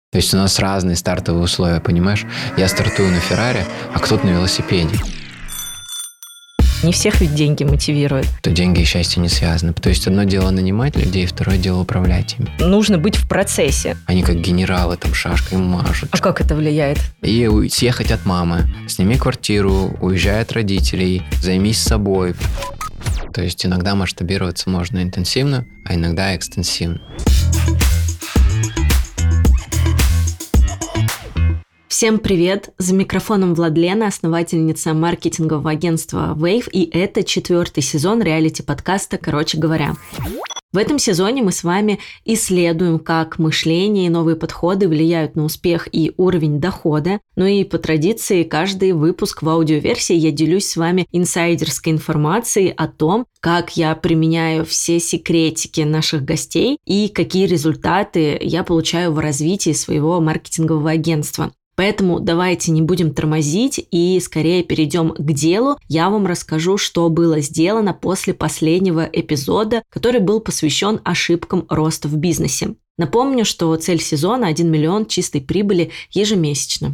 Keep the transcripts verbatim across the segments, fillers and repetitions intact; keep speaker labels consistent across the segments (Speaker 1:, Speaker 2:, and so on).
Speaker 1: То есть у нас разные стартовые условия, понимаешь? Я стартую на Феррари, а кто-то на велосипеде.
Speaker 2: Не всех ведь деньги мотивируют.
Speaker 1: То деньги и счастье не связаны. То есть одно дело нанимать людей, второе дело управлять ими.
Speaker 2: Нужно быть в процессе.
Speaker 1: Они как генералы там шашкой мажут.
Speaker 2: А как это влияет?
Speaker 1: И съехать от мамы. Сними квартиру, уезжай от родителей, займись собой. То есть иногда масштабироваться можно интенсивно, а иногда экстенсивно.
Speaker 2: Всем привет! За микрофоном Владлена, основательница маркетингового агентства Wave, и это четвертый сезон реалити-подкаста «Короче говоря». В этом сезоне мы с вами исследуем, как мышление и новые подходы влияют на успех и уровень дохода. Ну и по традиции, каждый выпуск в аудиоверсии я делюсь с вами инсайдерской информацией о том, как я применяю все секретики наших гостей и какие результаты я получаю в развитии своего маркетингового агентства. Поэтому давайте не будем тормозить и скорее перейдем к делу. Я вам расскажу, что было сделано после последнего эпизода, который был посвящен ошибкам роста в бизнесе. Напомню, что цель сезона – один миллион чистой прибыли ежемесячно.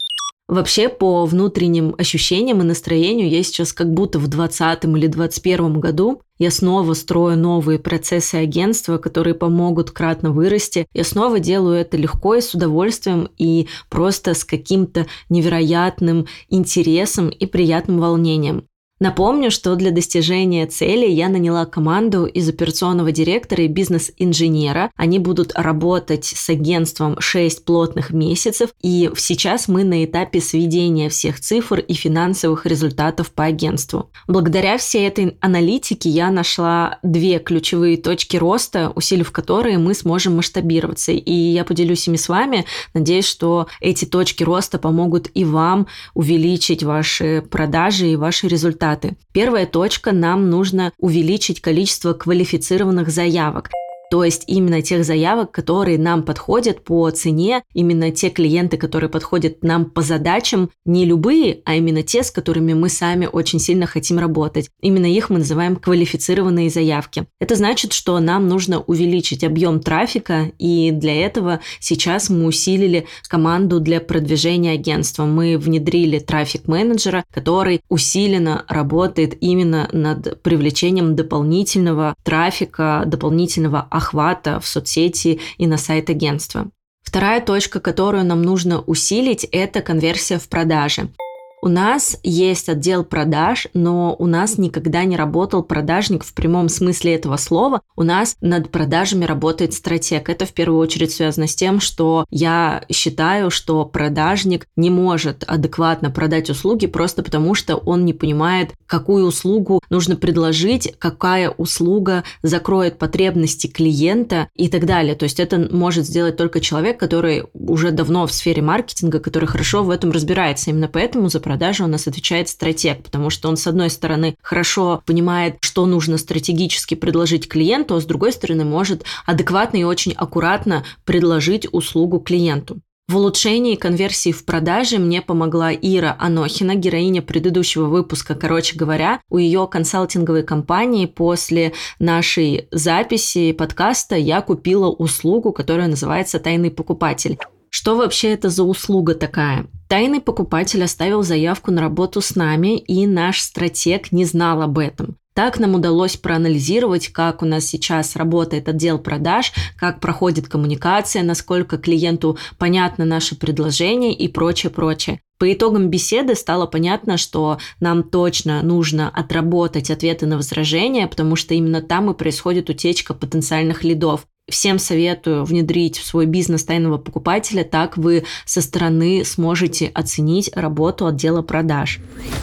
Speaker 2: Вообще, по внутренним ощущениям и настроению, я сейчас как будто в двадцатом или двадцать первом году. Я снова строю новые процессы агентства, которые помогут кратно вырасти. Я снова делаю это легко и с удовольствием, и просто с каким-то невероятным интересом и приятным волнением. Напомню, что для достижения цели я наняла команду из операционного директора и бизнес-инженера. Они будут работать с агентством шесть плотных месяцев, и сейчас мы на этапе сведения всех цифр и финансовых результатов по агентству. Благодаря всей этой аналитике я нашла две ключевые точки роста, усилив которые мы сможем масштабироваться. И я поделюсь ими с вами. Надеюсь, что эти точки роста помогут и вам увеличить ваши продажи и ваши результаты. Первая точка – нам нужно увеличить количество квалифицированных заявок. То есть именно тех заявок, которые нам подходят по цене, именно те клиенты, которые подходят нам по задачам, не любые, а именно те, с которыми мы сами очень сильно хотим работать. Именно их мы называем квалифицированные заявки. Это значит, что нам нужно увеличить объем трафика, и для этого сейчас мы усилили команду для продвижения агентства. Мы внедрили трафик-менеджера, который усиленно работает именно над привлечением дополнительного трафика, дополнительного охвата в соцсети и на сайт агентства. Вторая точка, которую нам нужно усилить, это конверсия в продаже. У нас есть отдел продаж, но у нас никогда не работал продажник в прямом смысле этого слова. У нас над продажами работает стратег. Это в первую очередь связано с тем, что я считаю, что продажник не может адекватно продать услуги просто потому, что он не понимает, какую услугу нужно предложить, какая услуга закроет потребности клиента и так далее. То есть это может сделать только человек, который уже давно в сфере маркетинга, который хорошо в этом разбирается. Именно поэтому за продажи у нас отвечает стратег, потому что он, с одной стороны, хорошо понимает, что нужно стратегически предложить клиенту, а с другой стороны, может адекватно и очень аккуратно предложить услугу клиенту. В улучшении конверсии в продаже мне помогла Ира Анохина, героиня предыдущего выпуска «Короче говоря». У ее консалтинговой компании после нашей записи подкаста я купила услугу, которая называется «Тайный покупатель». Что вообще это за услуга такая? Тайный покупатель оставил заявку на работу с нами, и наш стратег не знал об этом. Так нам удалось проанализировать, как у нас сейчас работает отдел продаж, как проходит коммуникация, насколько клиенту понятно наше предложение и прочее, прочее. По итогам беседы стало понятно, что нам точно нужно отработать ответы на возражения, потому что именно там и происходит утечка потенциальных лидов. Всем советую внедрить в свой бизнес тайного покупателя, так вы со стороны сможете оценить работу отдела продаж.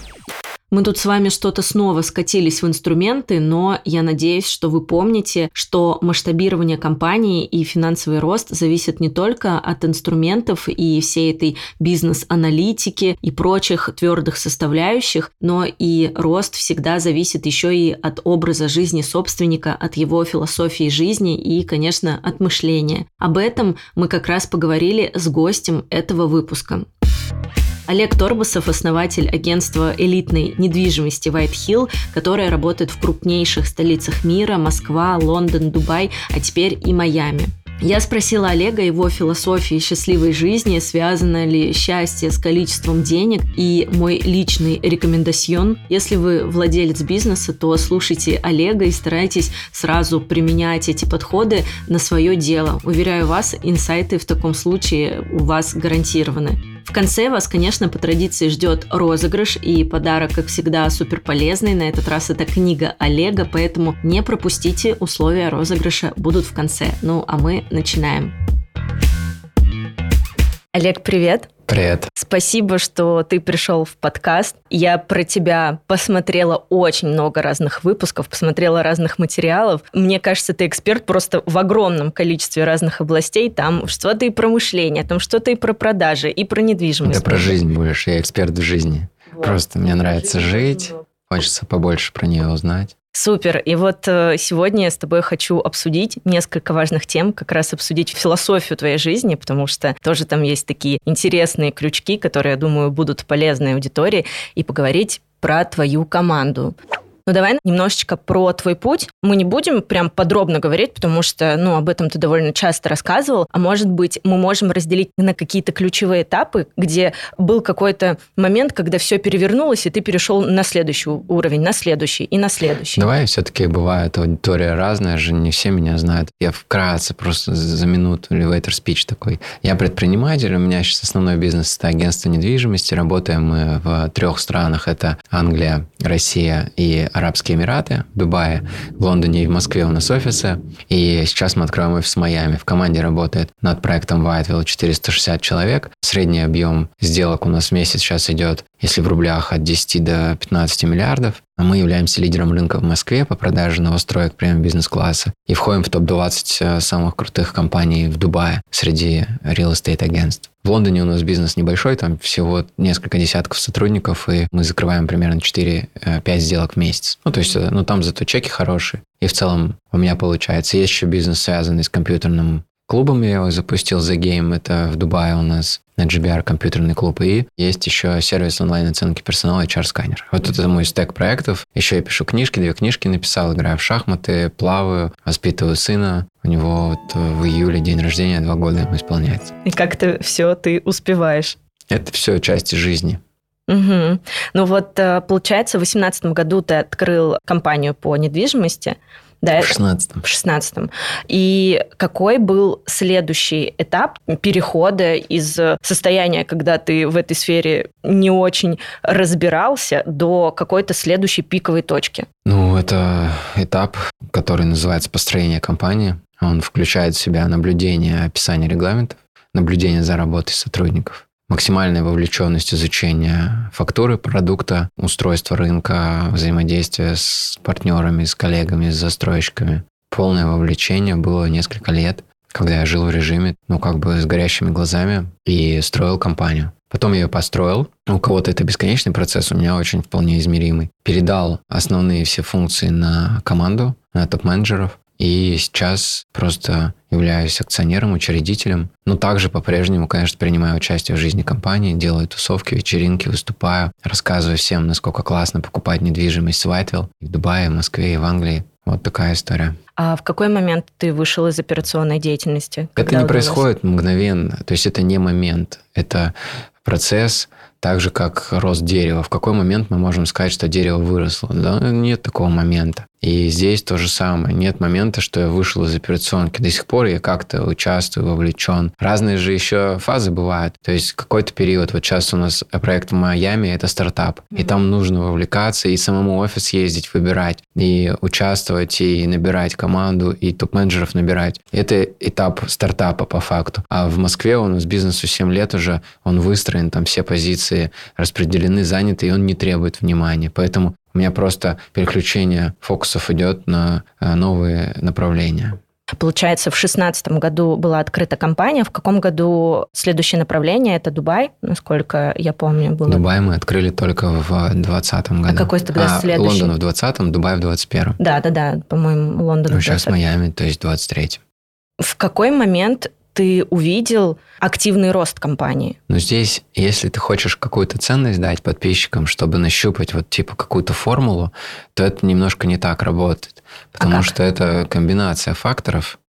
Speaker 2: Мы тут с вами что-то снова скатились в инструменты, но я надеюсь, что вы помните, что масштабирование компании и финансовый рост зависят не только от инструментов и всей этой бизнес-аналитики и прочих твердых составляющих, но и рост всегда зависит еще и от образа жизни собственника, от его философии жизни и, конечно, от мышления. Об этом мы как раз поговорили с гостем этого выпуска. Олег Торбасов – основатель агентства элитной недвижимости White Hill, которое работает в крупнейших столицах мира – Москва, Лондон, Дубай, а теперь и Майами. Я спросила Олега его философии счастливой жизни, связано ли счастье с количеством денег, и мой личный рекомендацион. Если вы владелец бизнеса, то слушайте Олега и старайтесь сразу применять эти подходы на свое дело. Уверяю вас, инсайты в таком случае у вас гарантированы. В конце вас, конечно, по традиции ждет розыгрыш, и подарок, как всегда, супер полезный. На этот раз это книга Олега, поэтому не пропустите, условия розыгрыша будут в конце. Ну, а мы начинаем. Олег, привет.
Speaker 1: Привет.
Speaker 2: Спасибо, что ты пришел в подкаст. Я про тебя посмотрела очень много разных выпусков, посмотрела разных материалов. Мне кажется, ты эксперт просто в огромном количестве разных областей. Там что-то и про мышление, там что-то и про продажи, и про недвижимость.
Speaker 1: Да про жизнь будешь, я эксперт в жизни. Вот. Просто мне нравится жить, хочется побольше про нее узнать.
Speaker 2: Супер. И вот сегодня я с тобой хочу обсудить несколько важных тем, как раз обсудить философию твоей жизни, потому что тоже там есть такие интересные крючки, которые, я думаю, будут полезны аудитории, и поговорить про твою команду. Ну, давай немножечко про твой путь. Мы не будем прям подробно говорить, потому что, ну, об этом ты довольно часто рассказывал, а может быть, мы можем разделить на какие-то ключевые этапы, где был какой-то момент, когда все перевернулось, и ты перешел на следующий уровень, на следующий и на следующий.
Speaker 1: Давай, все-таки бывает, аудитория разная же, не все меня знают. Я вкратце просто за минуту elevator speech такой. Я предприниматель, у меня сейчас основной бизнес – это агентство недвижимости. Работаем мы в трех странах. Это Англия, Россия и Арабские Эмираты, в Дубае, в Лондоне и в Москве у нас офисы. И сейчас мы открываем офис в Майами. В команде работает над проектом Whiteville четыреста шестьдесят человек. Средний объем сделок у нас в месяц сейчас идет, если в рублях, от десяти до пятнадцати миллиардов. Мы являемся лидером рынка в Москве по продаже новостроек премиум бизнес-класса и входим в топ двадцать самых крутых компаний в Дубае среди real estate агентств. В Лондоне у нас бизнес небольшой, там всего несколько десятков сотрудников, и мы закрываем примерно четыре-пять сделок в месяц. Ну, то есть, ну, там зато чеки хорошие. И в целом у меня получается. Есть еще бизнес, связанный с компьютерным клубом. Я его запустил The Game, это в Дубае у нас на джи би ар компьютерный клуб. И есть еще сервис онлайн-оценки персонала эйч ар-сканер. Вот это мой стек проектов. Еще я пишу книжки, две книжки написал, играю в шахматы, плаваю, воспитываю сына. У него вот в июле день рождения, два года ему исполняется.
Speaker 2: И как это все ты успеваешь?
Speaker 1: Это все части жизни.
Speaker 2: Угу. Ну вот, получается, в две тысячи восемнадцатом году ты открыл компанию по недвижимости. Да,
Speaker 1: в шестнадцатом.
Speaker 2: В шестнадцатом. И какой был следующий этап перехода из состояния, когда ты в этой сфере не очень разбирался, до какой-то следующей пиковой точки?
Speaker 1: Ну, это этап, который называется построение компании. Он включает в себя наблюдение, описание регламентов, наблюдение за работой сотрудников, максимальная вовлеченность изучения фактуры продукта, устройства рынка, взаимодействия с партнерами, с коллегами, с застройщиками. Полное вовлечение было несколько лет, когда я жил в режиме, ну, как бы с горящими глазами и строил компанию. Потом я ее построил. У кого-то это бесконечный процесс, у меня очень вполне измеримый. Передал основные все функции на команду, на топ-менеджеров. И сейчас просто являюсь акционером, учредителем. Но также по-прежнему, конечно, принимаю участие в жизни компании, делаю тусовки, вечеринки, выступаю, рассказываю всем, насколько классно покупать недвижимость в Whiteville, в Дубае, в Москве и в Англии. Вот такая история.
Speaker 2: А в какой момент ты вышел из операционной деятельности?
Speaker 1: Это не происходит мгновенно. То есть это не момент. Это процесс, так же, как рост дерева. В какой момент мы можем сказать, что дерево выросло? Да, нет такого момента. И здесь то же самое. Нет момента, что я вышел из операционки. До сих пор я как-то участвую, вовлечен. Разные же еще фазы бывают. То есть какой-то период. Вот сейчас у нас проект в Майами – это стартап. И там нужно вовлекаться, и самому офис ездить, выбирать, и участвовать, и набирать команду, и топ-менеджеров набирать. Это этап стартапа по факту. А в Москве у нас бизнесу семь лет уже, он выстроен, там все позиции распределены, заняты, и он не требует внимания. Поэтому у меня просто переключение фокусов идет на новые направления.
Speaker 2: Получается, в шестнадцатом году была открыта компания. В каком году следующее направление? Это Дубай, насколько я помню, было.
Speaker 1: Дубай мы открыли только в двадцатом году.
Speaker 2: А какой тогда
Speaker 1: а,
Speaker 2: следующий?
Speaker 1: Лондон в двадцатом, Дубай в двадцать первом.
Speaker 2: Да, да, да, по-моему, Лондон
Speaker 1: ну,
Speaker 2: в двадцатом.
Speaker 1: Сейчас Майами, то есть в двадцать третьем.
Speaker 2: В какой момент ты увидел активный рост компании?
Speaker 1: Ну, здесь, если ты хочешь какую-то ценность дать подписчикам, чтобы нащупать вот типа какую-то формулу, то это немножко не так работает. Потому
Speaker 2: а
Speaker 1: что это комбинация факторов.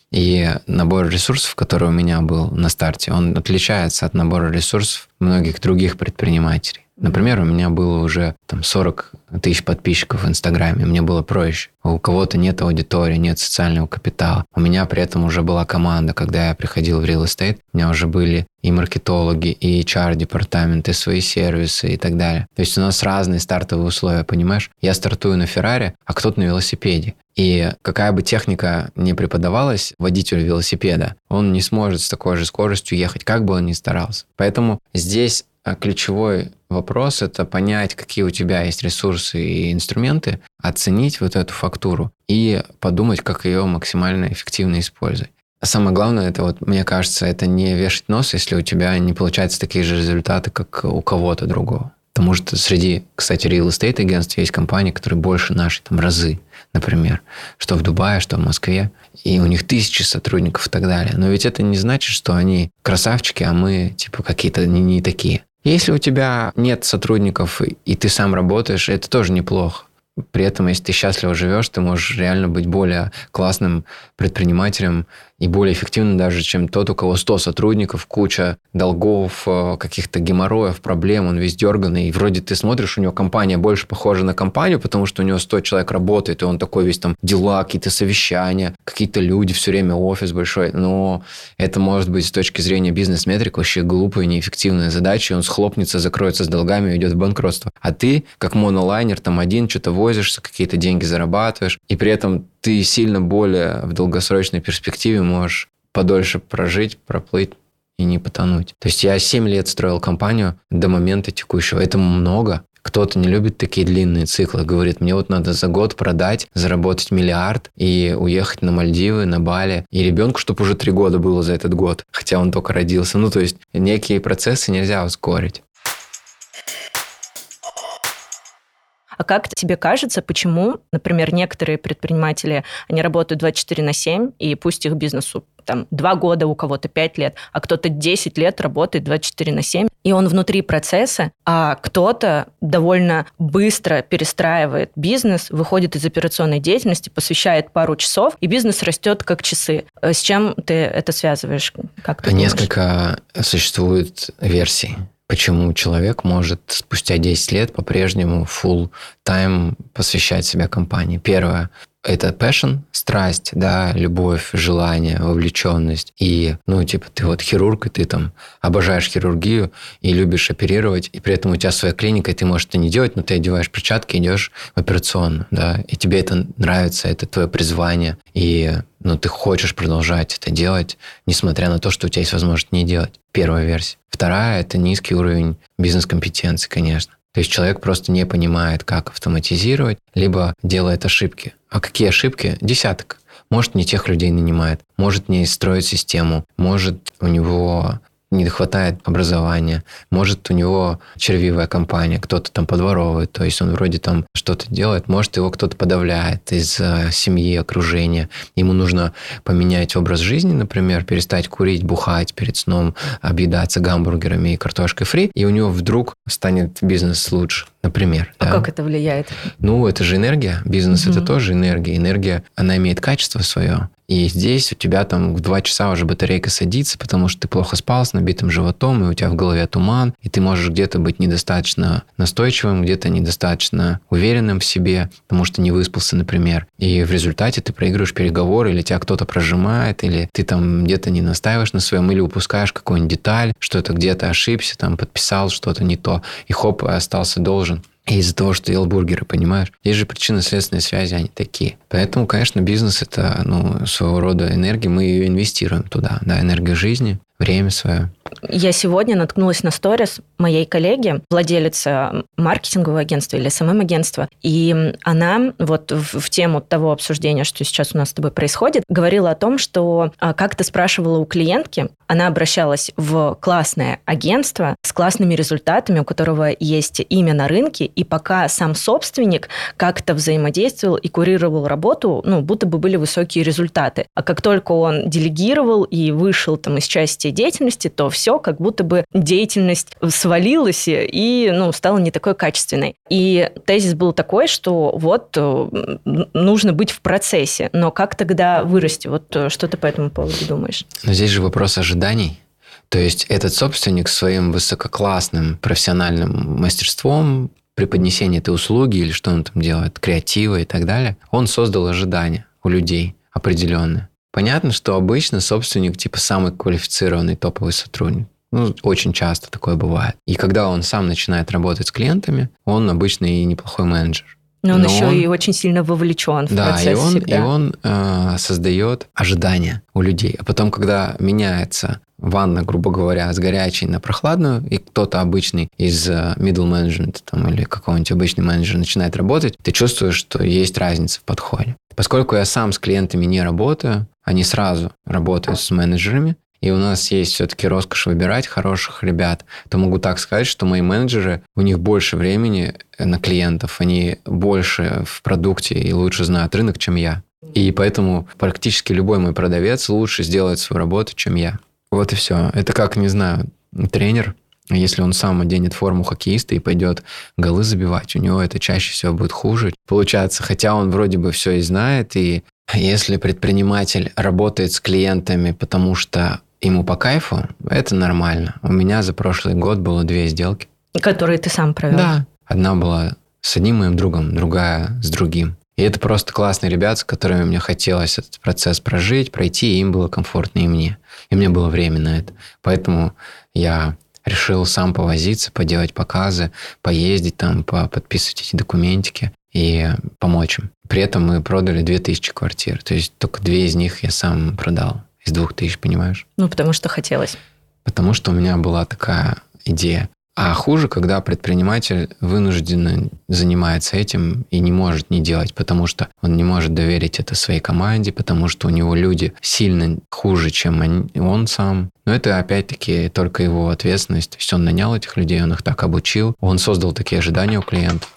Speaker 1: И набор ресурсов, который у меня был на старте, он отличается от набора ресурсов многих других предпринимателей. Например, у меня было уже там сорок тысяч подписчиков в Инстаграме, мне было проще. У кого-то нет аудитории, нет социального капитала. У меня при этом уже была команда, когда я приходил в real estate, у меня уже были и маркетологи, и эйч ар-департамент, и свои сервисы и так далее. То есть у нас разные стартовые условия, понимаешь? Я стартую на Феррари, а кто-то на велосипеде. И какая бы техника ни преподавалась водителю велосипеда, он не сможет с такой же скоростью ехать, как бы он ни старался. Поэтому здесь ключевой вопрос – это понять, какие у тебя есть ресурсы и инструменты, оценить вот эту фактуру и подумать, как ее максимально эффективно использовать. А самое главное, это вот, мне кажется, это не вешать нос, если у тебя не получаются такие же результаты, как у кого-то другого. Потому что среди, кстати, real estate агентств есть компании, которые больше нашей, там, разы, например, что в Дубае, что в Москве, и у них тысячи сотрудников и так далее. Но ведь это не значит, что они красавчики, а мы, типа, какие-то не, не такие. Если у тебя нет сотрудников, и ты сам работаешь, это тоже неплохо. При этом, если ты счастливо живешь, ты можешь реально быть более классным предпринимателем и более эффективным даже, чем тот, у кого сто сотрудников, куча долгов, каких-то геморроев, проблем, он весь дерганный. И вроде ты смотришь, у него компания больше похожа на компанию, потому что у него сто человек работает, и он такой весь там дела, какие-то совещания, какие-то люди, все время офис большой. Но это может быть с точки зрения бизнес-метрик вообще глупая, неэффективная задача, и он схлопнется, закроется с долгами и уйдет в банкротство. А ты, как монолайнер, там один, что-то возишься, какие-то деньги зарабатываешь, и при этом ты сильно более в долгосрочной перспективе можешь подольше прожить, проплыть и не потонуть. То есть я семь лет строил компанию до момента текущего. Это много. Кто-то не любит такие длинные циклы. Говорит, мне вот надо за год продать, заработать миллиард и уехать на Мальдивы, на Бали. И ребенку, чтобы уже три года было за этот год, хотя он только родился. Ну, то есть некие процессы нельзя ускорить.
Speaker 2: А как тебе кажется, почему, например, некоторые предприниматели, они работают двадцать четыре на семь, и пусть их бизнесу там два года, у кого-то пять лет, а кто-то десять лет работает двадцать четыре на семь, и он внутри процесса, а кто-то довольно быстро перестраивает бизнес, выходит из операционной деятельности, посвящает пару часов, и бизнес растет как часы. С чем ты это связываешь? Как ты
Speaker 1: Несколько думаешь? Существует версий. Почему человек может спустя десять лет по-прежнему full time посвящать себя компании. Первое – это passion, страсть, да, любовь, желание, вовлеченность. И, ну, типа, ты вот хирург, и ты там обожаешь хирургию и любишь оперировать, и при этом у тебя своя клиника, и ты можешь это не делать, но ты одеваешь перчатки, идешь в операционную, да, и тебе это нравится, это твое призвание, и, ну, ты хочешь продолжать это делать, несмотря на то, что у тебя есть возможность не делать. Первая версия. Вторая – это низкий уровень бизнес-компетенции, конечно. То есть человек просто не понимает, как автоматизировать, либо делает ошибки. А какие ошибки? Десяток. Может, не тех людей нанимает, может, не строит систему, может, у него не хватает образования, может, у него червивая компания, кто-то там подворовывает, то есть он вроде там что-то делает, может, его кто-то подавляет из семьи, окружения. Ему нужно поменять образ жизни, например, перестать курить, бухать перед сном, объедаться гамбургерами и картошкой фри, и у него вдруг станет бизнес лучше. Например.
Speaker 2: А
Speaker 1: да?
Speaker 2: как это влияет?
Speaker 1: Ну, это же энергия. Бизнес mm-hmm. это тоже энергия. Энергия, она имеет качество свое. И здесь у тебя там в два часа уже батарейка садится, потому что ты плохо спал с набитым животом, и у тебя в голове туман, и ты можешь где-то быть недостаточно настойчивым, где-то недостаточно уверенным в себе, потому что не выспался, например. И в результате ты проигрываешь переговоры, или тебя кто-то прожимает, или ты там где-то не настаиваешь на своем, или упускаешь какую-нибудь деталь, что-то где-то ошибся, там подписал что-то не то, и хоп, остался должен. И из-за того, что ел бургеры, понимаешь? Есть же причинно-следственные связи, они такие. Поэтому, конечно, бизнес – это ну, своего рода энергия, мы ее инвестируем туда, да, энергия жизни, время свое.
Speaker 2: Я сегодня наткнулась на сторис моей коллеги, владелицы маркетингового агентства или эс эм эм-агентства, и она вот в, в тему того обсуждения, что сейчас у нас с тобой происходит, говорила о том, что как-то спрашивала у клиентки, она обращалась в классное агентство с классными результатами, у которого есть имя на рынке, и пока сам собственник как-то взаимодействовал и курировал работу, ну, будто бы были высокие результаты. А как только он делегировал и вышел там из части деятельности, то все все, как будто бы деятельность свалилась и ну, стала не такой качественной. И тезис был такой, что вот нужно быть в процессе, но как тогда вырасти? Вот что ты по этому поводу думаешь?
Speaker 1: Но здесь же вопрос ожиданий. То есть этот собственник своим высококлассным профессиональным мастерством при поднесении этой услуги или что он там делает, креатива и так далее, он создал ожидания у людей определенные. Понятно, что обычно собственник типа самый квалифицированный топовый сотрудник. Ну, очень часто такое бывает. И когда он сам начинает работать с клиентами, он обычно и неплохой менеджер.
Speaker 2: Но он Но еще он, и очень сильно вовлечен в
Speaker 1: да,
Speaker 2: процесс
Speaker 1: и он,
Speaker 2: всегда.
Speaker 1: и он э, создает ожидания у людей. А потом, когда меняется ванна, грубо говоря, с горячей на прохладную, и кто-то обычный из middle management там, или какого-нибудь обычный менеджер начинает работать, ты чувствуешь, что есть разница в подходе. Поскольку я сам с клиентами не работаю, они сразу работают с менеджерами, и у нас есть все-таки роскошь выбирать хороших ребят, то могу так сказать, что мои менеджеры, у них больше времени на клиентов, они больше в продукте и лучше знают рынок, чем я. И поэтому практически любой мой продавец лучше сделает свою работу, чем я. Вот и все. Это как, не знаю, тренер, если он сам оденет форму хоккеиста и пойдет голы забивать, у него это чаще всего будет хуже. Получается, хотя он вроде бы все и знает, и если предприниматель работает с клиентами, потому что ему по кайфу, это нормально. У меня за прошлый год было две сделки.
Speaker 2: Которые ты сам провел?
Speaker 1: Да. Одна была с одним моим другом, другая с другим. И это просто классные ребята, с которыми мне хотелось этот процесс прожить, пройти, и им было комфортно, и мне. И мне было время на это. Поэтому я решил сам повозиться, поделать показы, поездить там, подписывать эти документики и помочь им. При этом мы продали две тысячи квартир. То есть только две из них я сам продал. Из двух тысяч, понимаешь?
Speaker 2: Ну, потому что хотелось.
Speaker 1: Потому что у меня была такая идея. А хуже, когда предприниматель вынужденно занимается этим и не может не делать, потому что он не может доверить это своей команде, потому что у него люди сильно хуже, чем он сам. Но это, опять-таки, только его ответственность. То есть он нанял этих людей, он их так обучил, он создал такие ожидания у клиентов.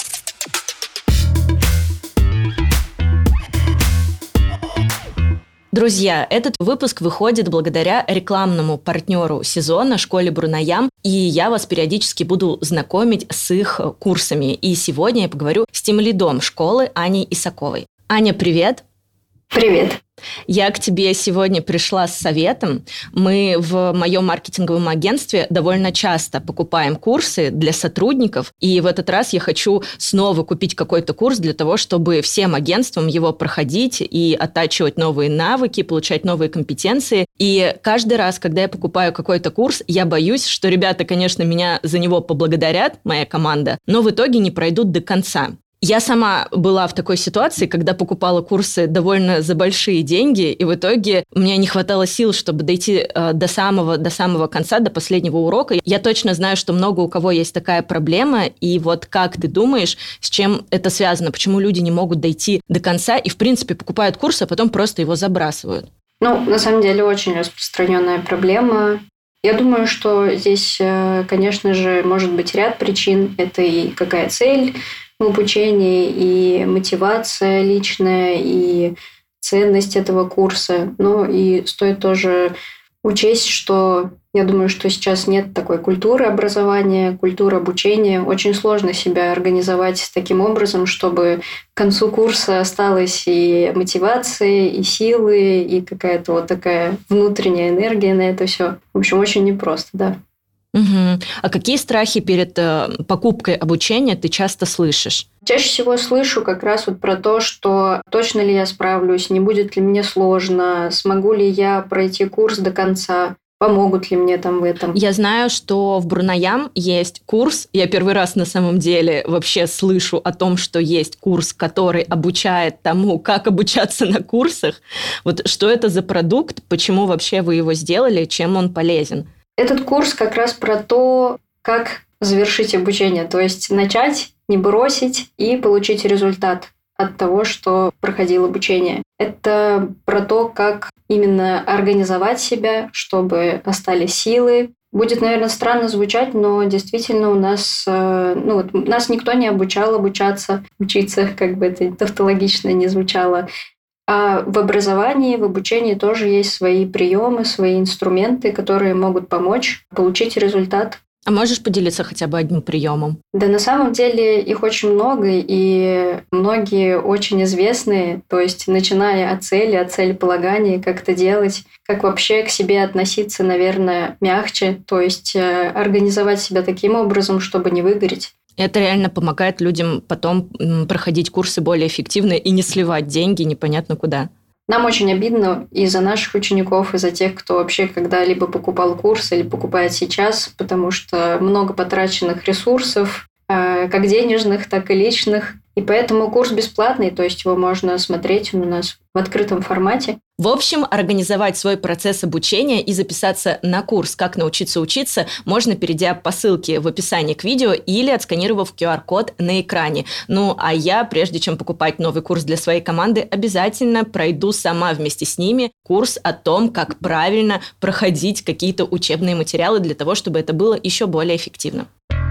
Speaker 2: Друзья, этот выпуск выходит благодаря рекламному партнеру сезона школе Бруноям, и я вас периодически буду знакомить с их курсами. И сегодня я поговорю с тимлидом школы Аней Исаковой. Аня, привет!
Speaker 3: Привет!
Speaker 2: Я к тебе сегодня пришла с советом. Мы в моем маркетинговом агентстве довольно часто покупаем курсы для сотрудников, и в этот раз я хочу снова купить какой-то курс для того, чтобы всем агентствам его проходить и оттачивать новые навыки, получать новые компетенции. И каждый раз, когда я покупаю какой-то курс, я боюсь, что ребята, конечно, меня за него поблагодарят, моя команда, но в итоге не пройдут до конца. Я сама была в такой ситуации, когда покупала курсы довольно за большие деньги, и в итоге у меня не хватало сил, чтобы дойти э, до самого, до самого конца, до последнего урока. Я точно знаю, что много у кого есть такая проблема, и вот как ты думаешь, с чем это связано? Почему люди не могут дойти до конца и, в принципе, покупают курс, а потом просто его забрасывают?
Speaker 3: Ну, на самом деле, очень распространенная проблема. Я думаю, что здесь, конечно же, может быть ряд причин. Это и какая цель в обучении, и мотивация личная, и ценность этого курса. Ну и стоит тоже учесть, что я думаю, что сейчас нет такой культуры образования, культуры обучения. Очень сложно себя организовать таким образом, чтобы к концу курса осталась и мотивация, и силы, и какая-то вот такая внутренняя энергия на это все. В общем, очень непросто, да.
Speaker 2: Угу. А какие страхи перед э, покупкой обучения ты часто слышишь?
Speaker 3: Чаще всего слышу как раз вот про то, что точно ли я справлюсь, не будет ли мне сложно, смогу ли я пройти курс до конца, помогут ли мне там в этом.
Speaker 2: Я знаю, что в Бруноям есть курс. Я первый раз на самом деле вообще слышу о том, что есть курс, который обучает тому, как обучаться на курсах. Вот что это за продукт, почему вообще вы его сделали, чем он полезен?
Speaker 3: Этот курс как раз про то, как завершить обучение, то есть начать, не бросить и получить результат от того, что проходил обучение. Это про то, как именно организовать себя, чтобы остались силы. Будет, наверное, странно звучать, но действительно у нас, ну, вот, нас никто не обучал обучаться, учиться, как бы это тавтологично не звучало. А в образовании, в обучении тоже есть свои приемы, свои инструменты, которые могут помочь получить результат.
Speaker 2: А можешь поделиться хотя бы одним приемом?
Speaker 3: Да, на самом деле их очень много, и многие очень известные, то есть начиная от цели, от целеполагания, как это делать, как вообще к себе относиться, наверное, мягче, то есть организовать себя таким образом, чтобы не выгореть.
Speaker 2: Это реально помогает людям потом проходить курсы более эффективно и не сливать деньги непонятно куда.
Speaker 3: Нам очень обидно и за наших учеников, и за тех, кто вообще когда-либо покупал курс или покупает сейчас, потому что много потраченных ресурсов, как денежных, так и личных. И поэтому курс бесплатный, то есть его можно смотреть, он у нас в открытом формате.
Speaker 2: В общем, организовать свой процесс обучения и записаться на курс «Как научиться учиться» можно, перейдя по ссылке в описании к видео или отсканировав ку ар-код на экране. Ну, а я, прежде чем покупать новый курс для своей команды, обязательно пройду сама вместе с ними курс о том, как правильно проходить какие-то учебные материалы для того, чтобы это было еще более эффективно.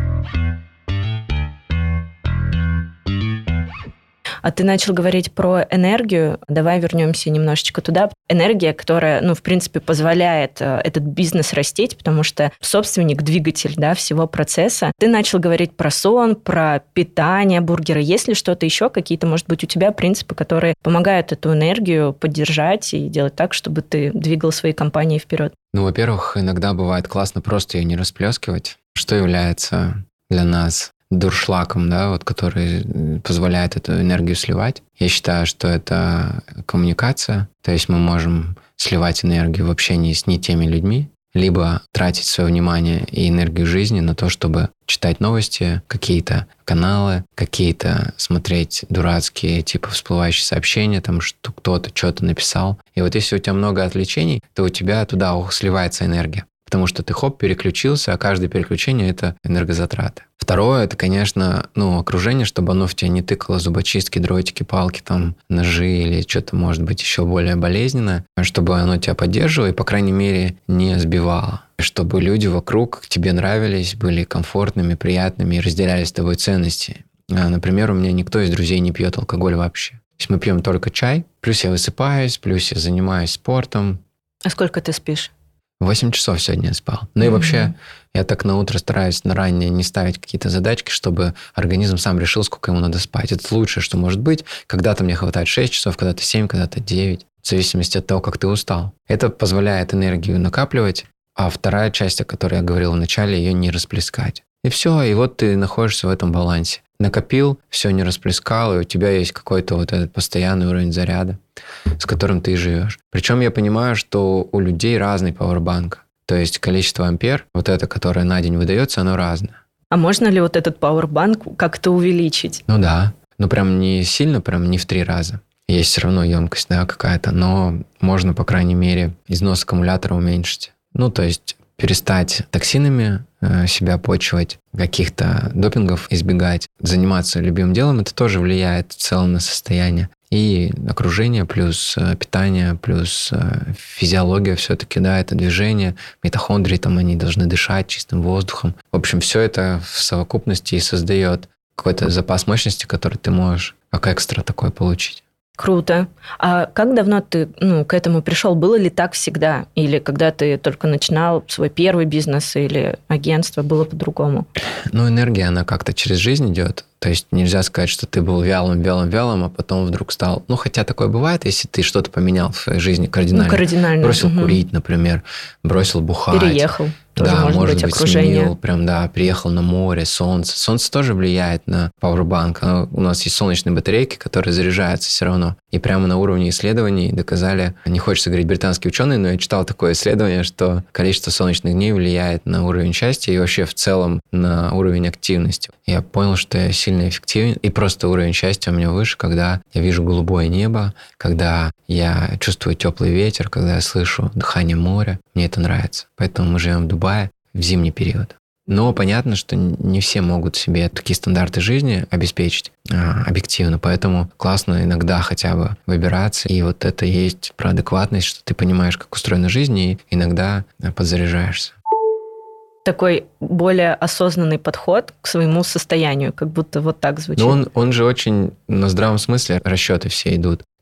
Speaker 2: А ты начал говорить про энергию. Давай вернемся немножечко туда. Энергия, которая, ну, в принципе, позволяет этот бизнес растить, потому что собственник – двигатель, да, всего процесса. Ты начал говорить про сон, про питание, бургеры. Есть ли что-то еще, какие-то, может быть, у тебя принципы, которые помогают эту энергию поддержать и делать так, чтобы ты двигал свои компании вперед?
Speaker 1: Ну, во-первых, иногда бывает классно просто ее не расплескивать, что является для нас дуршлаком, да, вот, который позволяет эту энергию сливать. Я считаю, что это коммуникация, то есть мы можем сливать энергию в общении с не теми людьми, либо тратить свое внимание и энергию жизни на то, чтобы читать новости, какие-то каналы, какие-то смотреть дурацкие, типа всплывающие сообщения, там, что кто-то что-то написал. И вот если у тебя много отвлечений, то у тебя туда сливается энергия. Потому что ты, хоп, переключился, а каждое переключение – это энергозатраты. Второе – это, конечно, ну, окружение, чтобы оно в тебя не тыкало зубочистки, дротики, палки, там, ножи или что-то, может быть, еще более болезненное, чтобы оно тебя поддерживало и, по крайней мере, не сбивало. Чтобы люди вокруг тебе нравились, были комфортными, приятными и разделяли с тобой ценности. Например, у меня никто из друзей не пьет алкоголь вообще. То есть мы пьем только чай, плюс я высыпаюсь, плюс я занимаюсь спортом.
Speaker 2: А сколько ты спишь?
Speaker 1: Восемь часов сегодня я спал. Ну mm-hmm. и вообще, я так на утро стараюсь на раннее не ставить какие-то задачки, чтобы организм сам решил, сколько ему надо спать. Это лучшее, что может быть. Когда-то мне хватает шесть часов, когда-то семь, когда-то девять. В зависимости от того, как ты устал. Это позволяет энергию накапливать, а вторая часть, о которой я говорил в начале, ее не расплескать. И все, и вот ты находишься в этом балансе. Накопил, все не расплескал, и у тебя есть какой-то вот этот постоянный уровень заряда, с которым ты живешь. Причем я понимаю, что у людей разный пауэрбанк. То есть количество ампер, вот это, которое на день выдается, оно разное.
Speaker 2: А можно ли вот этот пауэрбанк как-то увеличить?
Speaker 1: Ну да, ну прям не сильно, прям не в три раза. Есть все равно емкость, да, какая-то, но можно, по крайней мере, износ аккумулятора уменьшить. Ну, то есть перестать токсинами себя почивать, каких-то допингов избегать, заниматься любимым делом, это тоже влияет в целом на состояние. И окружение, плюс питание, плюс физиология все-таки, да, это движение, митохондрии, там они должны дышать чистым воздухом. В общем, все это в совокупности и создает какой-то запас мощности, который ты можешь как экстра такое получить.
Speaker 2: Круто. А как давно ты ну, к этому пришел? Было ли так всегда? Или когда ты только начинал свой первый бизнес или агентство, было по-другому?
Speaker 1: Ну, энергия, она как-то через жизнь идет. То есть нельзя сказать, что ты был вялым, вялым, вялым, а потом вдруг стал... Ну, хотя такое бывает, если ты что-то поменял в своей жизни кардинально.
Speaker 2: Ну, кардинально.
Speaker 1: Бросил
Speaker 2: угу.
Speaker 1: курить, например, бросил бухать.
Speaker 2: Переехал. Тоже
Speaker 1: да,
Speaker 2: может,
Speaker 1: может
Speaker 2: быть,
Speaker 1: быть,
Speaker 2: окружение.
Speaker 1: сменил, прям, да, приехал на море, солнце. Солнце тоже влияет на пауэрбанк. У нас есть солнечные батарейки, которые заряжаются все равно. И прямо на уровне исследований доказали, не хочется говорить британские ученые, но я читал такое исследование, что количество солнечных дней влияет на уровень счастья и вообще в целом на уровень активности. Я понял, что я сильно эффективен, и просто уровень счастья у меня выше, когда я вижу голубое небо, когда я чувствую теплый ветер, когда я слышу дыхание моря. Мне это нравится. Поэтому мы живем в Дубае в зимний период. Но понятно, что не все могут себе такие стандарты жизни обеспечить а, объективно, поэтому классно иногда хотя бы выбираться. И вот это есть про адекватность, что ты понимаешь, как устроена жизнь, и иногда подзаряжаешься.
Speaker 2: Такой более осознанный подход к своему состоянию, как будто вот так звучит.
Speaker 1: Но он, он же очень на здравом смысле расчеты все идут. То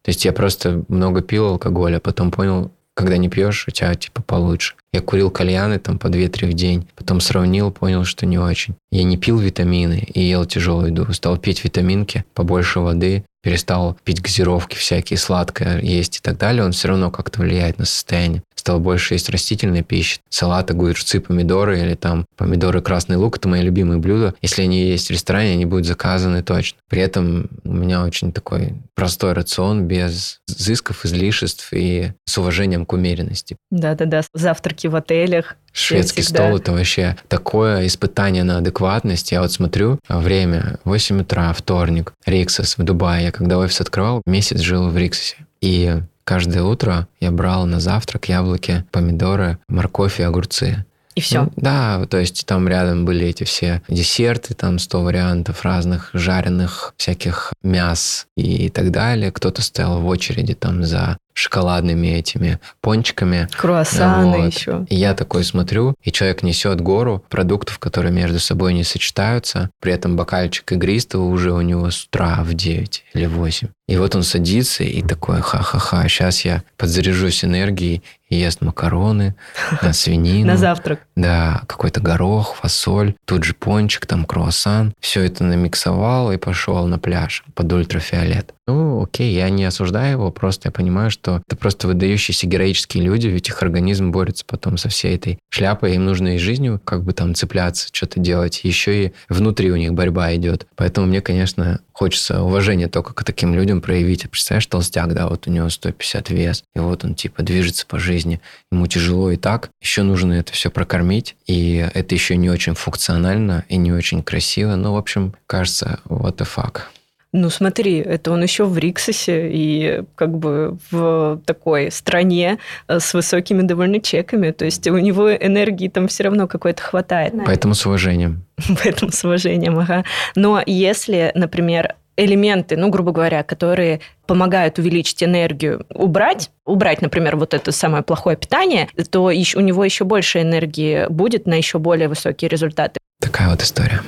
Speaker 1: То есть я просто много пил алкоголя, а потом понял, когда не пьешь, у тебя типа получше. Я курил кальяны там по две-три в день, потом сравнил, понял, что не очень. Я не пил витамины и ел тяжелую еду. Стал пить витаминки, побольше воды, перестал пить газировки всякие, сладкое есть и так далее. Он все равно как-то влияет на состояние. Стал больше есть растительной пищи. Салат, огурцы, помидоры или там помидоры, красный лук – это мои любимые блюда. Если они есть в ресторане, они будут заказаны точно. При этом у меня очень такой простой рацион, без изысков, излишеств и с уважением к умеренности.
Speaker 2: Да-да-да, завтраки в отелях.
Speaker 1: Шведский стол – это вообще такое испытание на адекватность. Я вот смотрю, время восемь утра, вторник, Риксос в Дубае. Я когда офис открывал, месяц жил в Риксосе. И каждое утро я брал на завтрак яблоки, помидоры, морковь и огурцы.
Speaker 2: И все.
Speaker 1: Ну, да, то есть там рядом были эти все десерты, там сто вариантов разных жареных всяких мяс и так далее. Кто-то стоял в очереди там за шоколадными этими пончиками.
Speaker 2: Круассаны
Speaker 1: вот.
Speaker 2: еще.
Speaker 1: И я такой смотрю, и человек несет гору продуктов, которые между собой не сочетаются. При этом бокальчик игристого уже у него с утра в девять или восемь. И вот он садится и такой, ха-ха-ха, сейчас я подзаряжусь энергией и ест макароны, свинину.
Speaker 2: На завтрак.
Speaker 1: Да, какой-то горох, фасоль, тут же пончик, там круассан. Все это намиксовал и пошел на пляж под ультрафиолет. Ну, окей, я не осуждаю его, просто я понимаю, что это просто выдающиеся героические люди, ведь их организм борется потом со всей этой шляпой, им нужно и жизнью как бы там цепляться, что-то делать, еще и внутри у них борьба идет. Поэтому мне, конечно, хочется уважения только к таким людям проявить. Представляешь, толстяк, да, вот у него сто пятьдесят вес, и вот он типа движется по жизни, ему тяжело и так, еще нужно это все прокормить, и это еще не очень функционально и не очень красиво, ну, в общем, кажется, what the fuck.
Speaker 2: Ну, смотри, это он еще в Риксосе и как бы в такой стране с высокими довольно чеками. То есть у него энергии там все равно какой-то хватает.
Speaker 1: Поэтому с уважением.
Speaker 2: Поэтому с уважением, ага. Но если, например, элементы, ну, грубо говоря, которые помогают увеличить энергию, убрать, убрать, например, вот это самое плохое питание, то у него еще больше энергии будет на еще более высокие результаты.
Speaker 1: Такая вот история.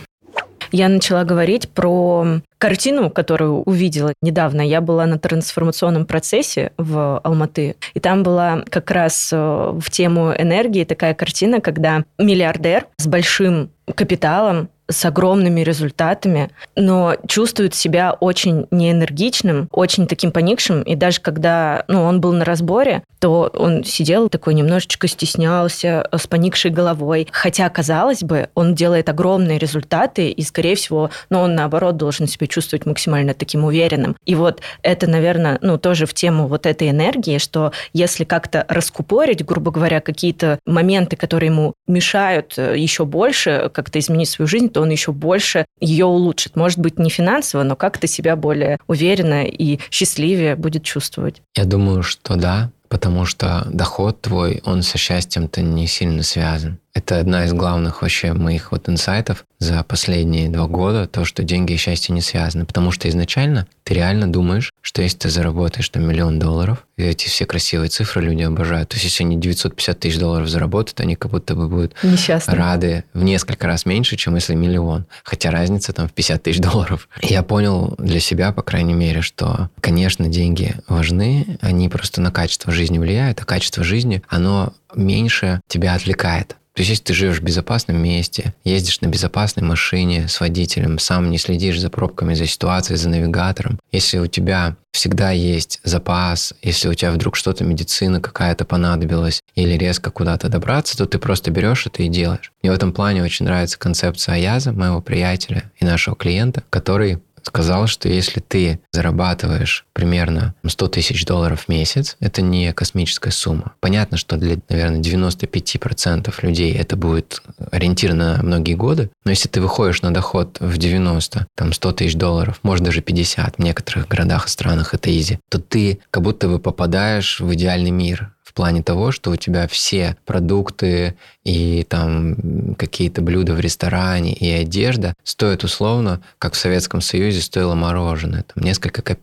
Speaker 2: Я начала говорить про картину, которую увидела недавно. Я была на трансформационном процессе в Алматы, и там была как раз в тему энергии такая картина, когда миллиардер с большим капиталом, с огромными результатами, но чувствует себя очень неэнергичным, очень таким поникшим. И даже когда ну, он был на разборе, то он сидел такой немножечко стеснялся, с поникшей головой. Хотя, казалось бы, он делает огромные результаты, и, скорее всего, ну, он, наоборот, должен себя чувствовать максимально таким уверенным. И вот это, наверное, ну, тоже в тему вот этой энергии, что если как-то раскупорить, грубо говоря, какие-то моменты, которые ему мешают еще больше как-то изменить свою жизнь, то он еще больше ее улучшит. Может быть, не финансово, но как-то себя более уверенно и счастливее будет чувствовать.
Speaker 1: Я думаю, что да, потому что доход твой, он со счастьем-то не сильно связан. Это одна из главных вообще моих вот инсайтов за последние два года, то, что деньги и счастье не связаны. Потому что изначально ты реально думаешь, что если ты заработаешь там миллион долларов, и эти все красивые цифры люди обожают, то есть если они девятьсот пятьдесят тысяч долларов заработают, они как будто бы будут
Speaker 2: несчастны,
Speaker 1: рады в несколько раз меньше, чем если миллион. Хотя разница там в пятьдесят тысяч долларов. И я понял для себя, по крайней мере, что, конечно, деньги важны, они просто на качество жизни влияют, а качество жизни, оно меньше тебя отвлекает. То есть, если ты живешь в безопасном месте, ездишь на безопасной машине с водителем, сам не следишь за пробками, за ситуацией, за навигатором, если у тебя всегда есть запас, если у тебя вдруг что-то, медицина какая-то понадобилась или резко куда-то добраться, то ты просто берешь это и делаешь. Мне в этом плане очень нравится концепция Аяза, моего приятеля и нашего клиента, который сказал, что если ты зарабатываешь примерно сто тысяч долларов в месяц, это не космическая сумма. Понятно, что для, наверное, девяносто пять процентов людей это будет ориентир на многие годы, но если ты выходишь на доход в девяносто, там сто тысяч долларов, может даже пятьдесят, в некоторых городах и странах это изи, то ты как будто бы попадаешь в идеальный мир. В плане того, что у тебя все продукты и там какие-то блюда в ресторане и одежда стоят условно, как в Советском Союзе стоило мороженое, там несколько копеек.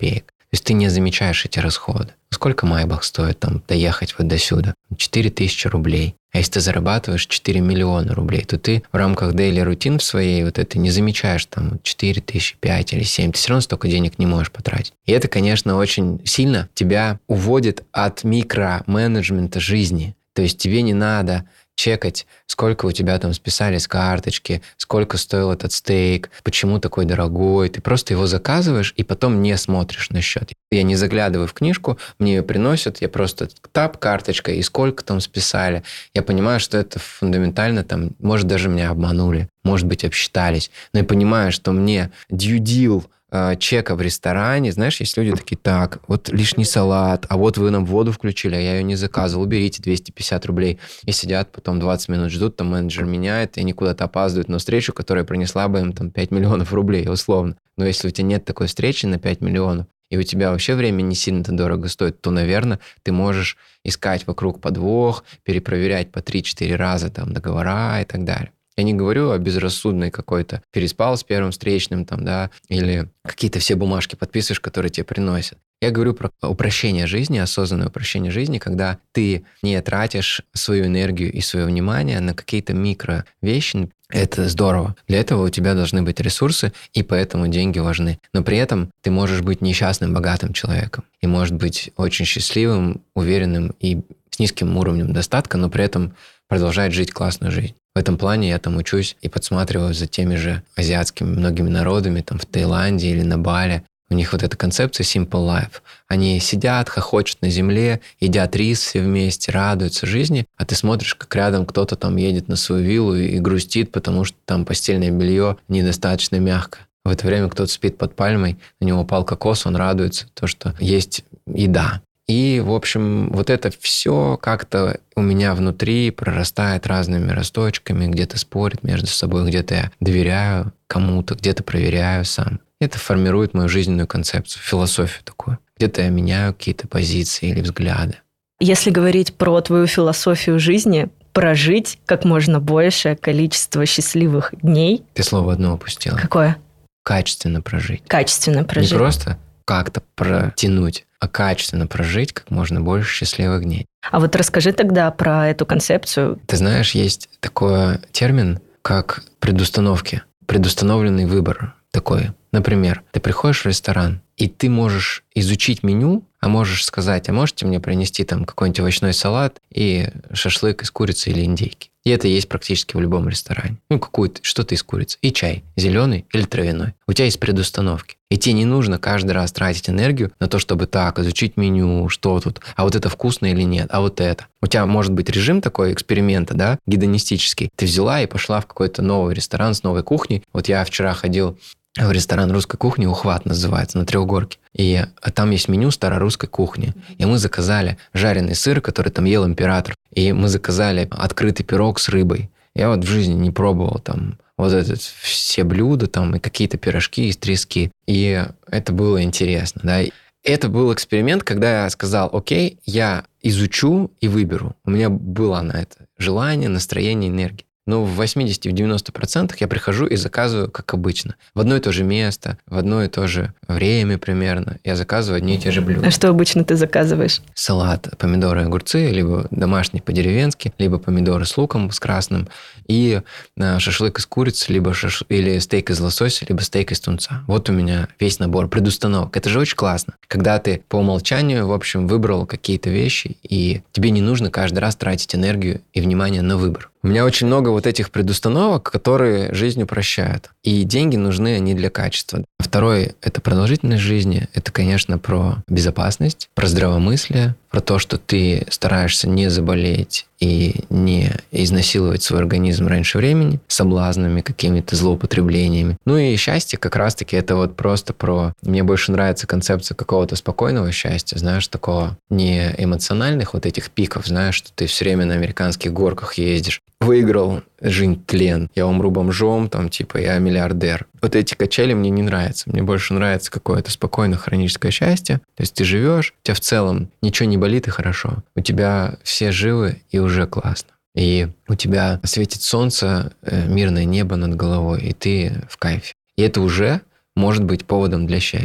Speaker 1: То есть ты не замечаешь эти расходы. Сколько Майбах стоит там доехать вот до сюда? четыре тысячи рублей. А если ты зарабатываешь четыре миллиона рублей, то ты в рамках daily рутин в своей вот этой не замечаешь там четыре тысячи, пять или семь. Ты все равно столько денег не можешь потратить. И это, конечно, очень сильно тебя уводит от микроменеджмента жизни. То есть тебе не надо чекать, сколько у тебя там списали с карточки, сколько стоил этот стейк, почему такой дорогой. Ты просто его заказываешь и потом не смотришь на счет. Я не заглядываю в книжку, мне ее приносят, я просто тап, карточка, и сколько там списали. Я понимаю, что это фундаментально, там, может, даже меня обманули, может быть, обсчитались. Но я понимаю, что мне due deal чека в ресторане, знаешь, есть люди такие, так, вот лишний салат, а вот вы нам воду включили, а я ее не заказывал, уберите двести пятьдесят рублей. И сидят потом двадцать минут ждут, там менеджер меняет, и они куда-то опаздывают на встречу, которая принесла бы им там пять миллионов рублей, условно. Но если у тебя нет такой встречи на пять миллионов, и у тебя вообще время не сильно-то дорого стоит, то, наверное, ты можешь искать вокруг подвох, перепроверять по три-четыре раза там договора и так далее. Я не говорю о безрассудной какой-то, переспал с первым встречным, там, да, или какие-то все бумажки подписываешь, которые тебе приносят. Я говорю про упрощение жизни, осознанное упрощение жизни, когда ты не тратишь свою энергию и свое внимание на какие-то микровещи. Это здорово. Для этого у тебя должны быть ресурсы, и поэтому деньги важны. Но при этом ты можешь быть несчастным, богатым человеком. И может быть очень счастливым, уверенным и с низким уровнем достатка, но при этом продолжать жить классную жизнь. В этом плане я там учусь и подсматриваю за теми же азиатскими многими народами, там в Таиланде или на Бали. У них вот эта концепция simple life. Они сидят, хохочут на земле, едят рис все вместе, радуются жизни, а ты смотришь, как рядом кто-то там едет на свою виллу и грустит, потому что там постельное белье недостаточно мягко. В это время кто-то спит под пальмой, на него упал кокос, он радуется, то, что есть еда. И, в общем, вот это все как-то у меня внутри прорастает разными росточками, где-то спорит между собой, где-то я доверяю кому-то, где-то проверяю сам. Это формирует мою жизненную концепцию, философию такую. Где-то я меняю какие-то позиции или взгляды.
Speaker 2: Если говорить про твою философию жизни, прожить как можно большее количество счастливых дней...
Speaker 1: Ты слово одно упустила.
Speaker 2: Какое?
Speaker 1: Качественно прожить.
Speaker 2: Качественно прожить.
Speaker 1: Не просто как-то протянуть, а качественно прожить как можно больше счастливых дней.
Speaker 2: А вот расскажи тогда про эту концепцию.
Speaker 1: Ты знаешь, есть такой термин, как предустановки. Предустановленный выбор такой. Например, ты приходишь в ресторан, и ты можешь изучить меню, а можешь сказать, а можете мне принести там какой-нибудь овощной салат и шашлык из курицы или индейки. И это есть практически в любом ресторане. Ну, какую-то, что-то из курицы. И чай, зеленый или травяной. У тебя есть предустановки. И тебе не нужно каждый раз тратить энергию на то, чтобы так, изучить меню, что тут, а вот это вкусно или нет, а вот это. У тебя может быть режим такой эксперимента, да, гедонистический. Ты взяла и пошла в какой-то новый ресторан с новой кухней. Вот я вчера ходил в ресторан русской кухни, «Ухват» называется, на Трехгорке. И там есть меню старорусской кухни. И мы заказали жареный сыр, который там ел император. И мы заказали открытый пирог с рыбой. Я вот в жизни не пробовал там вот это все блюда там и какие-то пирожки из трески. И это было интересно, да. Это был эксперимент, когда я сказал, окей, я изучу и выберу. У меня было на это желание, настроение, энергия. Но в восемьдесят-девяносто процентов я прихожу и заказываю, как обычно. В одно и то же место, в одно и то же время примерно. Я заказываю одни и те же блюда.
Speaker 2: А что обычно ты заказываешь?
Speaker 1: Салат, помидоры и огурцы, либо домашний по-деревенски, либо помидоры с луком, с красным, и шашлык из курицы, либо шаш... или стейк из лосося, либо стейк из тунца. Вот у меня весь набор предустановок. Это же очень классно. Когда ты по умолчанию, в общем, выбрал какие-то вещи, и тебе не нужно каждый раз тратить энергию и внимание на выбор. У меня очень много вот этих предустановок, которые жизнь упрощают. И деньги нужны они для качества. Второе – это продолжительность жизни. Это, конечно, про безопасность, про здравомыслие, про то, что ты стараешься не заболеть и не изнасиловать свой организм раньше времени соблазнами, какими-то злоупотреблениями. Ну и счастье как раз-таки это вот просто про... Мне больше нравится концепция какого-то спокойного счастья, знаешь, такого не эмоциональных вот этих пиков, знаешь, что ты все время на американских горках ездишь. Выиграл жизнь тлен, я умру бомжом, там, типа, я миллиардер. Вот эти качели мне не нравятся. Мне больше нравится какое-то спокойное хроническое счастье. То есть ты живешь, у тебя в целом ничего не болит и хорошо. У тебя все живы и уже классно. И у тебя светит солнце, мирное небо над головой, и ты в кайфе. И это уже может быть поводом для счастья.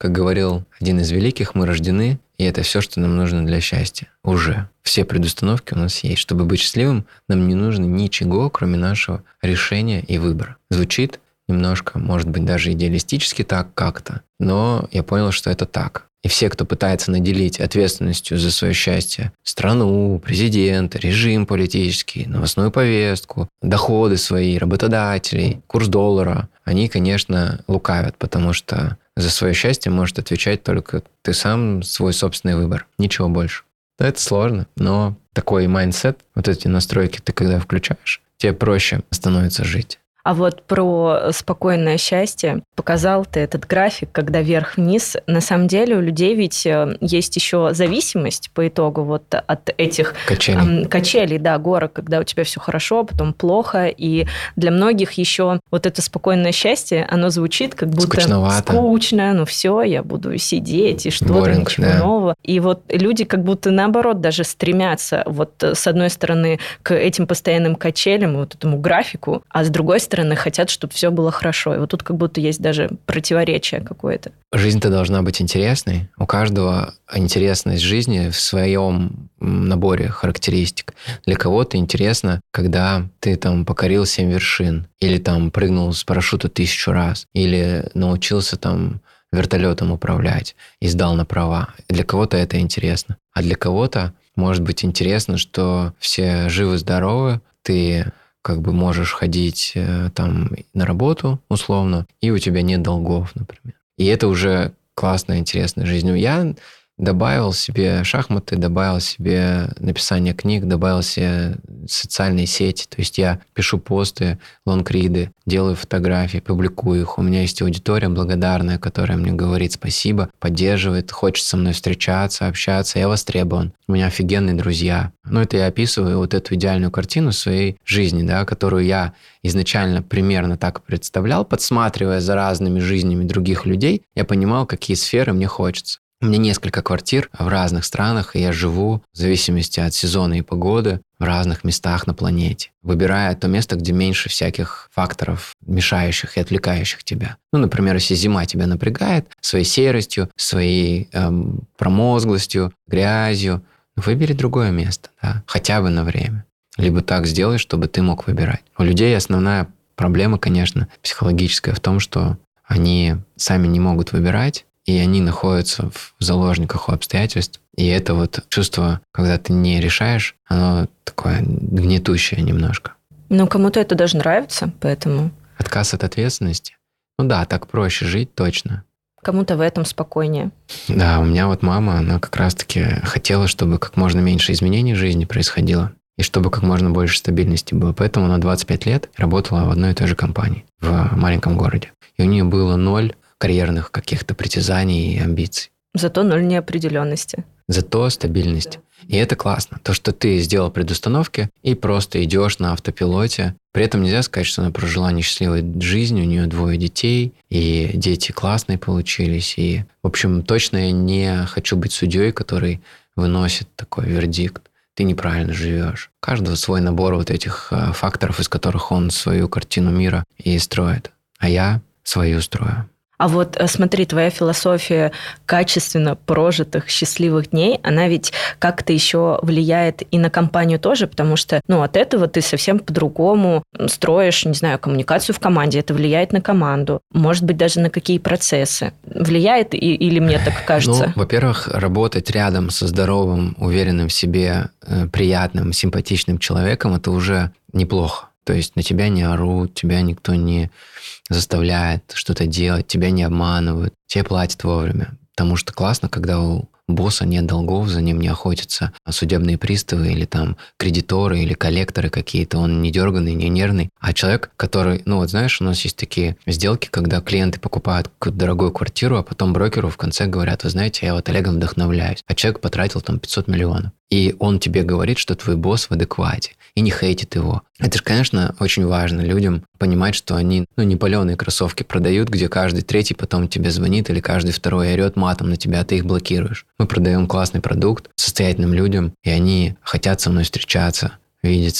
Speaker 1: как говорил один из великих, мы рождены, и это все, что нам нужно для счастья. Уже. Все предустановки у нас есть. Чтобы быть счастливым, нам не нужно ничего, кроме нашего решения и выбора. Звучит немножко, может быть, даже идеалистически так как-то, но я понял, что это так. И все, кто пытается наделить ответственностью за свое счастье страну, президента, режим политический, новостную повестку, доходы свои, работодателей, курс доллара, они, конечно, лукавят, потому что за свое счастье может отвечать только ты сам, свой собственный выбор. Ничего больше. Это сложно, но такой майндсет, вот эти настройки ты когда включаешь, тебе проще становится жить.
Speaker 2: А вот про спокойное счастье показал ты этот график, когда вверх-вниз. На самом деле у людей ведь есть еще зависимость по итогу вот от этих
Speaker 1: качелей.
Speaker 2: Эм, качелей, да, горок, когда у тебя все хорошо, а потом плохо. И для многих еще вот это спокойное счастье, оно звучит как будто
Speaker 1: скучновато.
Speaker 2: Скучно, ну все, я буду сидеть и что-то,
Speaker 1: Boring,
Speaker 2: ничего
Speaker 1: да.
Speaker 2: нового. И вот люди как будто наоборот даже стремятся вот с одной стороны к этим постоянным качелям, вот этому графику, а с другой стороны стороны, хотят, чтобы все было хорошо. И вот тут как будто есть даже противоречие какое-то.
Speaker 1: Жизнь-то должна быть интересной. У каждого интересность жизни в своем наборе характеристик. Для кого-то интересно, когда ты там покорил семь вершин, или там прыгнул с парашюта тысячу раз, или научился там вертолетом управлять и сдал на права. Для кого-то это интересно. А для кого-то может быть интересно, что все живы-здоровы, ты как бы можешь ходить там на работу условно, и у тебя нет долгов, например. И это уже классная, интересная жизнь. Я добавил себе шахматы, добавил себе написание книг, добавил себе социальные сети. То есть я пишу посты, лонгриды, делаю фотографии, публикую их. У меня есть аудитория благодарная, которая мне говорит спасибо, поддерживает, хочет со мной встречаться, общаться. Я востребован. У меня офигенные друзья. Ну, это я описываю вот эту идеальную картину своей жизни, да, которую я изначально примерно так представлял, подсматривая за разными жизнями других людей, я понимал, какие сферы мне хочется. У меня несколько квартир в разных странах, и я живу в зависимости от сезона и погоды в разных местах на планете, выбирая то место, где меньше всяких факторов, мешающих и отвлекающих тебя. Ну, например, если зима тебя напрягает своей серостью, своей эм, промозглостью, грязью, ну, выбери другое место, да, хотя бы на время. Либо так сделай, чтобы ты мог выбирать. У людей основная проблема, конечно, психологическая в том, что они сами не могут выбирать, и они находятся в заложниках у обстоятельств. И это вот чувство, когда ты не решаешь, оно такое гнетущее немножко.
Speaker 2: Ну, кому-то это даже нравится, поэтому...
Speaker 1: Отказ от ответственности? Ну да, так проще жить точно.
Speaker 2: Кому-то в этом спокойнее.
Speaker 1: Да, у меня вот мама, она как раз-таки хотела, чтобы как можно меньше изменений в жизни происходило, и чтобы как можно больше стабильности было. Поэтому она двадцать пять лет работала в одной и той же компании в маленьком городе. И у нее было ноль карьерных каких-то притязаний и амбиций.
Speaker 2: Зато ноль неопределенности.
Speaker 1: Зато стабильность. И это классно. То, что ты сделал предустановки и просто идешь на автопилоте. При этом нельзя сказать, что она прожила несчастливую жизнь, у нее двое детей, и дети классные получились. И, в общем, точно я не хочу быть судьей, который выносит такой вердикт. Ты неправильно живешь. У каждого свой набор вот этих факторов, из которых он свою картину мира и строит. А я свою строю.
Speaker 2: А вот смотри, твоя философия качественно прожитых счастливых дней, она ведь как-то еще влияет и на компанию тоже, потому что, ну, от этого ты совсем по-другому строишь, не знаю, коммуникацию в команде, это влияет на команду, может быть, даже на какие процессы. Влияет и, или мне так кажется?
Speaker 1: Ну, во-первых, работать рядом со здоровым, уверенным в себе, приятным, симпатичным человеком – это уже неплохо. То есть на тебя не орут, тебя никто не заставляет что-то делать, тебя не обманывают, тебе платят вовремя. Потому что классно, когда у босса нет долгов, за ним не охотятся судебные приставы или там кредиторы или коллекторы какие-то, он не дерганный, не нервный. А человек, который, ну вот знаешь, у нас есть такие сделки, когда клиенты покупают какую-то дорогую квартиру, а потом брокеру в конце говорят: вы знаете, я вот Олегом вдохновляюсь. А человек потратил там пятьсот миллионов. И он тебе говорит, что твой босс в адеквате, и не хейтит его. Это же, конечно, очень важно людям понимать, что они, ну, не паленые кроссовки продают, где каждый третий потом тебе звонит, или каждый второй орет матом на тебя, а ты их блокируешь. Мы продаем классный продукт состоятельным людям, и они хотят со мной встречаться, видеться,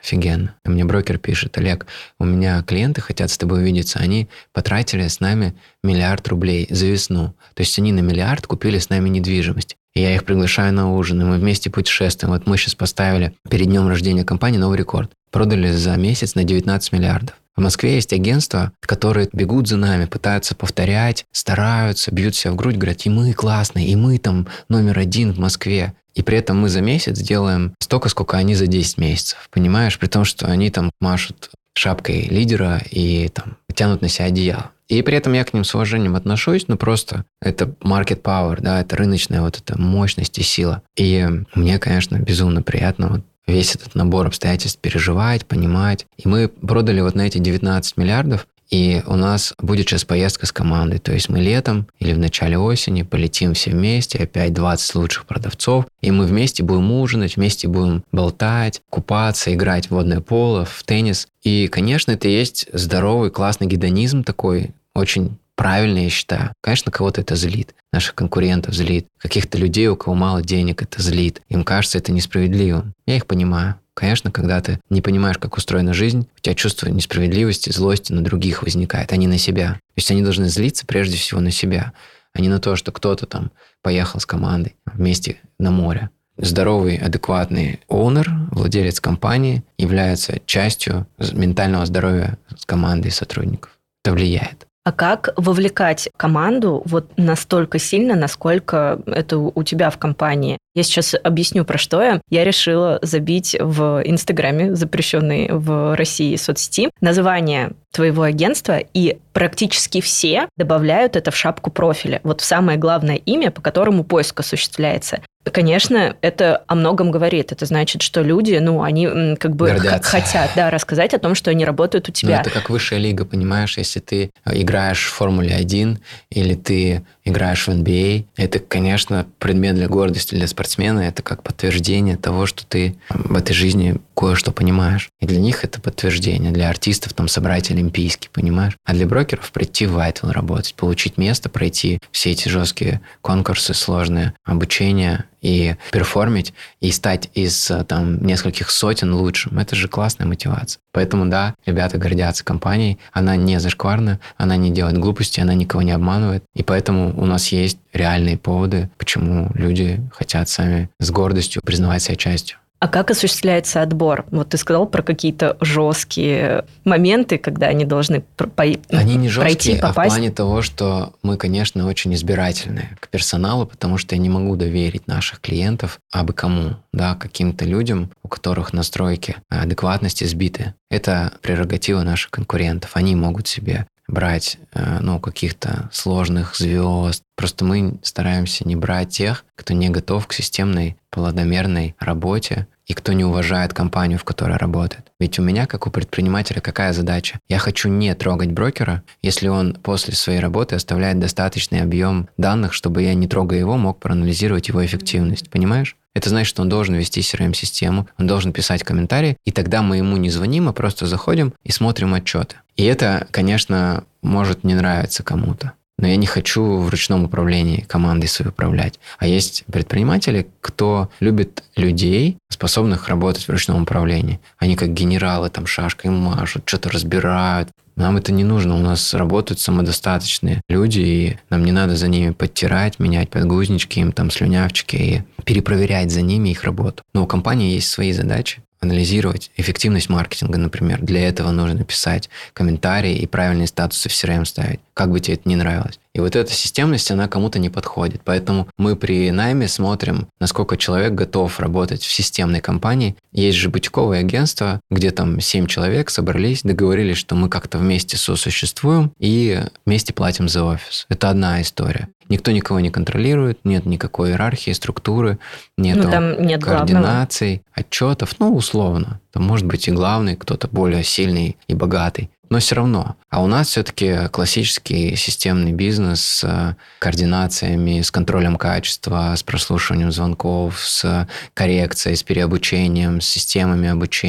Speaker 1: Офигенно. И мне брокер пишет: Олег, у меня клиенты хотят с тобой увидеться, они потратили с нами миллиард рублей за весну. То есть они на миллиард купили с нами недвижимость. И я их приглашаю на ужин, и мы вместе путешествуем. Вот мы сейчас поставили перед днем рождения компании новый рекорд. Продали за месяц на девятнадцать миллиардов. В Москве есть агентства, которые бегут за нами, пытаются повторять, стараются, бьют себя в грудь, говорят: и мы классные, и мы там номер один в Москве. И при этом мы за месяц делаем столько, сколько они за десять месяцев. Понимаешь? При том, что они там машут шапкой лидера и там тянут на себя одеяло. И при этом я к ним с уважением отношусь, но просто это market power, да, это рыночная вот эта мощность и сила. И мне, конечно, безумно приятно вот весь этот набор обстоятельств переживать, понимать. И мы продали вот на эти девятнадцать миллиардов, и у нас будет сейчас поездка с командой. То есть мы летом или в начале осени полетим все вместе, опять двадцать лучших продавцов, и мы вместе будем ужинать, вместе будем болтать, купаться, играть в водное поло, в теннис. И, конечно, это и есть здоровый, классный гедонизм такой, очень правильно, я считаю. Конечно, кого-то это злит, наших конкурентов злит, каких-то людей, у кого мало денег, это злит. Им кажется это несправедливым. Я их понимаю. Конечно, когда ты не понимаешь, как устроена жизнь, у тебя чувство несправедливости, злости на других возникает, а не на себя. То есть они должны злиться прежде всего на себя, а не на то, что кто-то там поехал с командой вместе на море. Здоровый, адекватный оунер, владелец компании, является частью ментального здоровья команды и сотрудников. Это влияет.
Speaker 2: А как вовлекать команду вот настолько сильно, насколько это у тебя в компании? Я сейчас объясню, про что я. Я решила забить в Инстаграме, запрещенной в России соцсети, название твоего агентства, и практически все добавляют это в шапку профиля. Вот в самое главное имя, по которому поиск осуществляется. Конечно, это о многом говорит. Это значит, что люди, ну, они как бы х- хотят, да, рассказать о том, что они работают у тебя.
Speaker 1: Ну, это как высшая лига, понимаешь? Если ты играешь в Формуле один или ты играешь в эн би эй, это, конечно, предмет для гордости для спортсмена. Это как подтверждение того, что ты в этой жизни кое-что понимаешь. И для них это подтверждение. Для артистов там собрать олимпийский, понимаешь? А для брокеров прийти в Вайтвилл работать, получить место, пройти все эти жесткие конкурсы, сложные обучения и перформить, и стать из там нескольких сотен лучшим. Это же классная мотивация. Поэтому, да, ребята гордятся компанией. Она не зашкварна, она не делает глупости, она никого не обманывает. И поэтому у нас есть реальные поводы, почему люди хотят сами с гордостью признавать себя частью.
Speaker 2: А как осуществляется отбор? Вот ты сказал про какие-то жесткие моменты, когда они должны про- по-
Speaker 1: они не
Speaker 2: пройти,
Speaker 1: жесткие,
Speaker 2: попасть.
Speaker 1: А в плане того, что мы, конечно, очень избирательны к персоналу, потому что я не могу доверить наших клиентов абы кому, да, каким-то людям, у которых настройки адекватности сбиты. Это прерогатива наших конкурентов. Они могут себе брать ну, каких-то сложных звезд. Просто мы стараемся не брать тех, кто не готов к системной, планомерной работе и кто не уважает компанию, в которой работает. Ведь у меня, как у предпринимателя, какая задача? Я хочу не трогать брокера, если он после своей работы оставляет достаточный объем данных, чтобы я, не трогая его, мог проанализировать его эффективность. Понимаешь? Это значит, что он должен вести си ар эм-систему, он должен писать комментарии, и тогда мы ему не звоним, а просто заходим и смотрим отчеты. И это, конечно, может не нравиться кому-то. Но я не хочу в ручном управлении командой своей управлять. А есть предприниматели, кто любит людей, способных работать в ручном управлении. Они как генералы там шашкой машут, что-то разбирают. Нам это не нужно. У нас работают самодостаточные люди, и нам не надо за ними подтирать, менять подгузнички, им там слюнявчики и перепроверять за ними их работу. Но у компании есть свои задачи. Анализировать эффективность маркетинга, например. Для этого нужно писать комментарии и правильные статусы в си ар эм ставить, как бы тебе это ни нравилось. И вот эта системность, она кому-то не подходит. Поэтому мы при найме смотрим, насколько человек готов работать в системной компании. Есть же бутиковые агентства, где там семь человек собрались, договорились, что мы как-то вместе сосуществуем и вместе платим за офис. Это одна история. Никто никого не контролирует, нет никакой иерархии, структуры, нет
Speaker 2: ну,
Speaker 1: координаций, отчетов. Ну, условно. Там может быть и главный, кто-то более сильный и богатый. Но все равно. А у нас все-таки классический системный бизнес с координациями, с контролем качества, с прослушиванием звонков, с коррекцией, с переобучением, с системами обучений.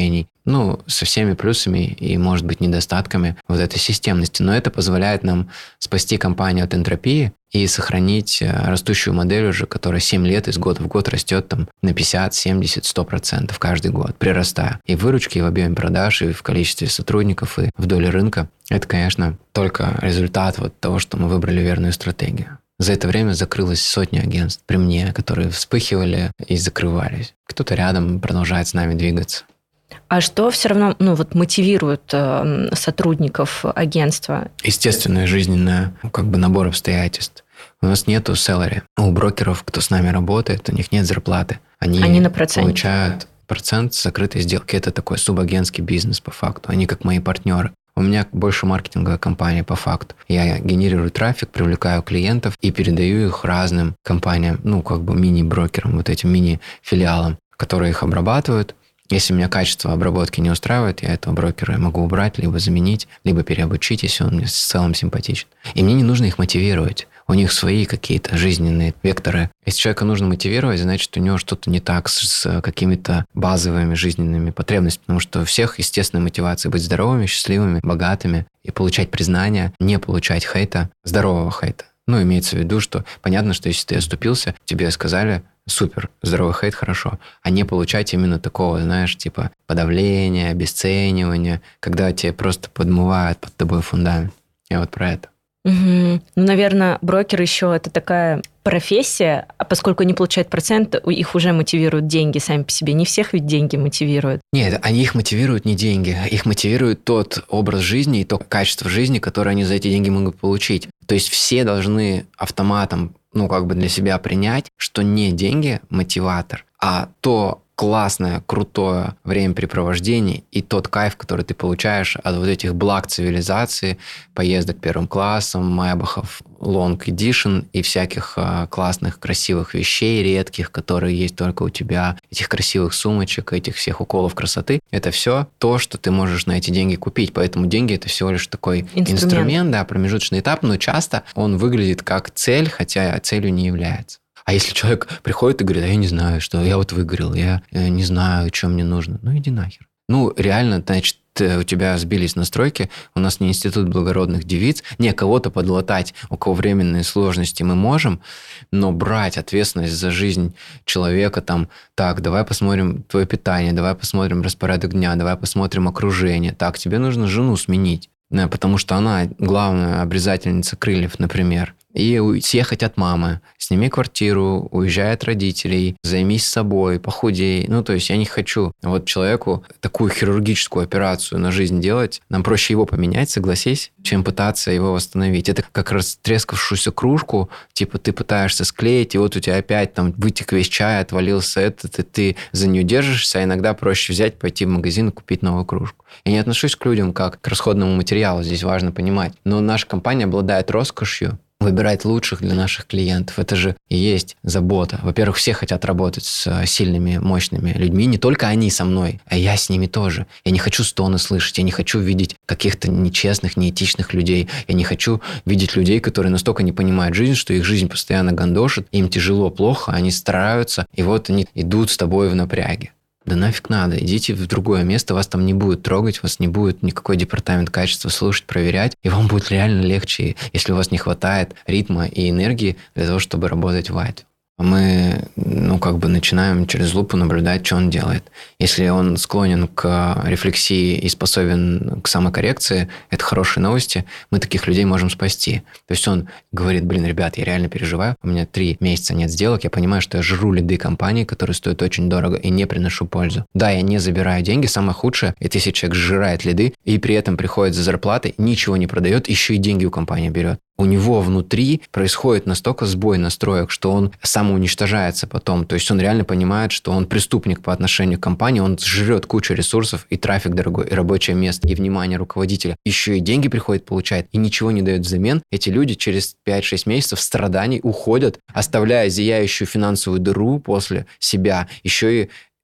Speaker 1: Ну, со всеми плюсами и, может быть, недостатками вот этой системности. Но это позволяет нам спасти компанию от энтропии и сохранить растущую модель уже, которая семь лет из года в год растет там на пятьдесят, семьдесят, сто процентов каждый год, прирастая. И в выручке, и в объеме продаж, и в количестве сотрудников, и в доле рынка. Это, конечно, только результат вот того, что мы выбрали верную стратегию. За это время закрылось сотни агентств при мне, которые вспыхивали и закрывались. Кто-то рядом продолжает с нами двигаться.
Speaker 2: А что все равно, ну, вот мотивирует э, сотрудников агентства?
Speaker 1: Естественное жизненное, как бы, набор обстоятельств. У нас нету salary. У брокеров, кто с нами работает, у них нет зарплаты. Они,
Speaker 2: Они на проценте.
Speaker 1: Получают процент с закрытой сделки. Это такой субагентский бизнес по факту. Они как мои партнеры. У меня больше маркетинговая компания по факту. Я генерирую трафик, привлекаю клиентов и передаю их разным компаниям, ну, как бы мини-брокерам, вот этим мини-филиалам, которые их обрабатывают. Если меня качество обработки не устраивает, я этого брокера могу убрать, либо заменить, либо переобучить, если он мне в целом симпатичен. И мне не нужно их мотивировать. У них свои какие-то жизненные векторы. Если человека нужно мотивировать, значит, у него что-то не так с какими-то базовыми жизненными потребностями. Потому что у всех естественная мотивация быть здоровыми, счастливыми, богатыми и получать признание, не получать хейта, здорового хейта. Ну, имеется в виду, что понятно, что если ты оступился, тебе сказали: супер, здоровый хейт, хорошо. А не получать именно такого, знаешь, типа подавления, обесценивания, когда тебе просто подмывают под тобой фундамент. Я вот про это.
Speaker 2: Угу. Ну, наверное, брокер еще это такая профессия, а поскольку они получают процент, их уже мотивируют деньги сами по себе. Не всех ведь деньги мотивируют.
Speaker 1: Нет, они их мотивируют не деньги. Их мотивирует тот образ жизни и то качество жизни, которое они за эти деньги могут получить. То есть все должны автоматом, ну, как бы для себя принять, что не деньги мотиватор, а то классное, крутое времяпрепровождение и тот кайф, который ты получаешь от вот этих благ цивилизации, поездок первым классом, майбахов, long edition и всяких а, классных, красивых вещей, редких, которые есть только у тебя, этих красивых сумочек, этих всех уколов красоты. Это все то, что ты можешь на эти деньги купить. Поэтому деньги – это всего лишь такой инструмент, инструмент, да, промежуточный этап, но часто он выглядит как цель, хотя целью не является. А если человек приходит и говорит: а я не знаю, что я вот выгорел, я не знаю, что мне нужно. Ну, иди нахер. Ну, реально, значит, у тебя сбились настройки, у нас не институт благородных девиц, не кого-то подлатать, у кого временные сложности мы можем, но брать ответственность за жизнь человека, там, так, давай посмотрим твое питание, давай посмотрим распорядок дня, давай посмотрим окружение, так, тебе нужно жену сменить, потому что она главная обрезательница крыльев, например. И съехать от мамы, сними квартиру, уезжай от родителей, займись собой, похудей. Ну, то есть я не хочу вот человеку такую хирургическую операцию на жизнь делать. Нам проще его поменять, согласись, чем пытаться его восстановить. Это как растрескавшуюся кружку, типа ты пытаешься склеить, и вот у тебя опять там вытек весь чай, отвалился этот, и ты за нее держишься, а иногда проще взять, пойти в магазин и купить новую кружку. Я не отношусь к людям как к расходному материалу, здесь важно понимать. Но наша компания обладает роскошью выбирать лучших для наших клиентов. Это же и есть забота. Во-первых, все хотят работать с сильными, мощными людьми. Не только они со мной, а я с ними тоже. Я не хочу стоны слышать, я не хочу видеть каких-то нечестных, неэтичных людей. Я не хочу видеть людей, которые настолько не понимают жизнь, что их жизнь постоянно гандошит, им тяжело, плохо, они стараются, и вот они идут с тобой в напряге. Да нафиг надо, идите в другое место, вас там не будет трогать, вас не будет никакой департамент качества слушать, проверять, и вам будет реально легче, если у вас не хватает ритма и энергии для того, чтобы работать в Вайте. Мы, ну, как бы начинаем через лупу наблюдать, что он делает. Если он склонен к рефлексии и способен к самокоррекции, это хорошие новости, мы таких людей можем спасти. То есть он говорит: блин, ребят, я реально переживаю, у меня три месяца нет сделок, я понимаю, что я жру лиды компании, которые стоят очень дорого, и не приношу пользу. Да, я не забираю деньги, самое худшее, это если человек сжирает лиды, и при этом приходит за зарплатой, ничего не продает, еще и деньги у компании берет. У него внутри происходит настолько сбой настроек, что он самоуничтожается потом. То есть он реально понимает, что он преступник по отношению к компании, он жрет кучу ресурсов, и трафик дорогой, и рабочее место, и внимание руководителя. Еще и деньги приходит получает, и ничего не дает взамен. Эти люди через пять-шесть месяцев страданий уходят, оставляя зияющую финансовую дыру после себя. Еще и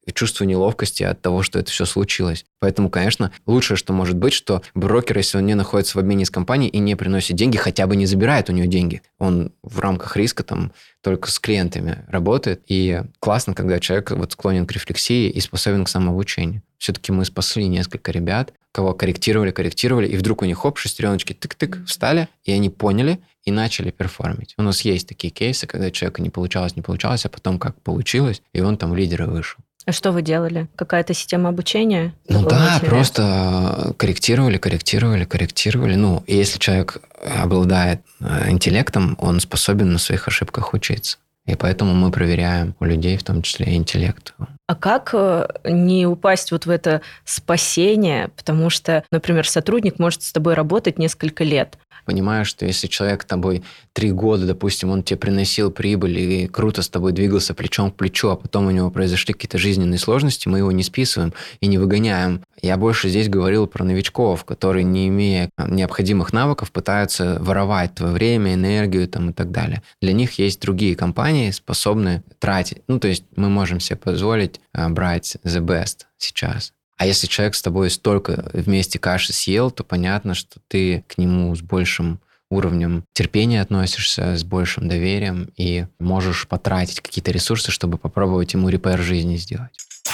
Speaker 1: чувство неловкости от того, что это все случилось. Поэтому, конечно, лучшее, что может быть, что брокер, если он не находится в обмене с компанией и не приносит деньги, хотя бы не забирает у нее деньги. Он в рамках риска там только с клиентами работает. И классно, когда человек вот склонен к рефлексии и способен к самообучению. Все-таки мы спасли несколько ребят, кого корректировали, корректировали, и вдруг у них, хоп, шестереночки, тык-тык, встали, и они поняли и начали перформить. У нас есть такие кейсы, когда человеку не получалось, не получалось, а потом как получилось, и он там в лидеры вышел.
Speaker 2: А что вы делали? Какая-то система обучения?
Speaker 1: Ну да, просто корректировали, корректировали, корректировали. Ну, и если человек обладает интеллектом, он способен на своих ошибках учиться. И поэтому мы проверяем у людей, в том числе и интеллект.
Speaker 2: А как не упасть вот в это спасение? Потому что, например, сотрудник может с тобой работать несколько лет.
Speaker 1: Понимаешь, что если человек с тобой три года, допустим, он тебе приносил прибыль и круто с тобой двигался плечом к плечу, а потом у него произошли какие-то жизненные сложности, мы его не списываем и не выгоняем. Я больше здесь говорил про новичков, которые, не имея необходимых навыков, пытаются воровать твое время, энергию там, и так далее. Для них есть другие компании, способные тратить. Ну, то есть мы можем себе позволить брать the best сейчас. А если человек с тобой столько вместе каши съел, то понятно, что ты к нему с большим уровнем терпения относишься, с большим доверием и можешь потратить какие-то ресурсы, чтобы попробовать ему репейр жизни сделать.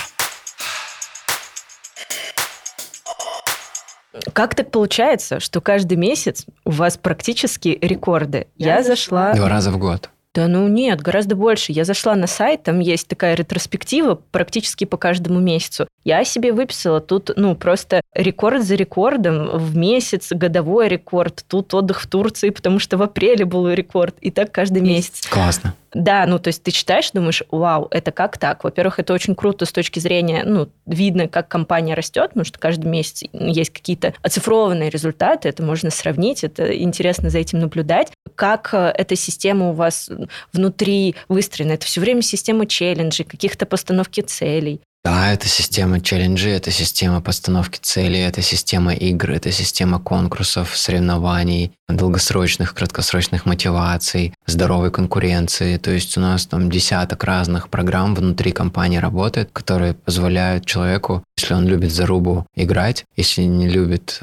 Speaker 2: Как так получается, что каждый месяц у вас практически рекорды? Я, Я зашла...
Speaker 1: Два раза в год.
Speaker 2: Да ну нет, гораздо больше. Я зашла на сайт, там есть такая ретроспектива практически по каждому месяцу. Я себе выписала тут, ну, просто рекорд за рекордом в месяц, годовой рекорд. Тут отдых в Турции, потому что в апреле был рекорд. И так каждый месяц.
Speaker 1: Классно.
Speaker 2: Да, ну, то есть ты читаешь, думаешь, вау, это как так? Во-первых, это очень круто с точки зрения, ну, видно, как компания растет, потому что каждый месяц есть какие-то оцифрованные результаты, это можно сравнить, это интересно за этим наблюдать. Как эта система у вас внутри выстроена? Это все время система челленджей, каких-то постановки целей.
Speaker 1: Да, это система челленджей, это система постановки целей, это система игр, это система конкурсов, соревнований, долгосрочных, краткосрочных мотиваций, здоровой конкуренции. То есть у нас там десяток разных программ внутри компании работает, которые позволяют человеку, если он любит зарубу, играть, если не любит,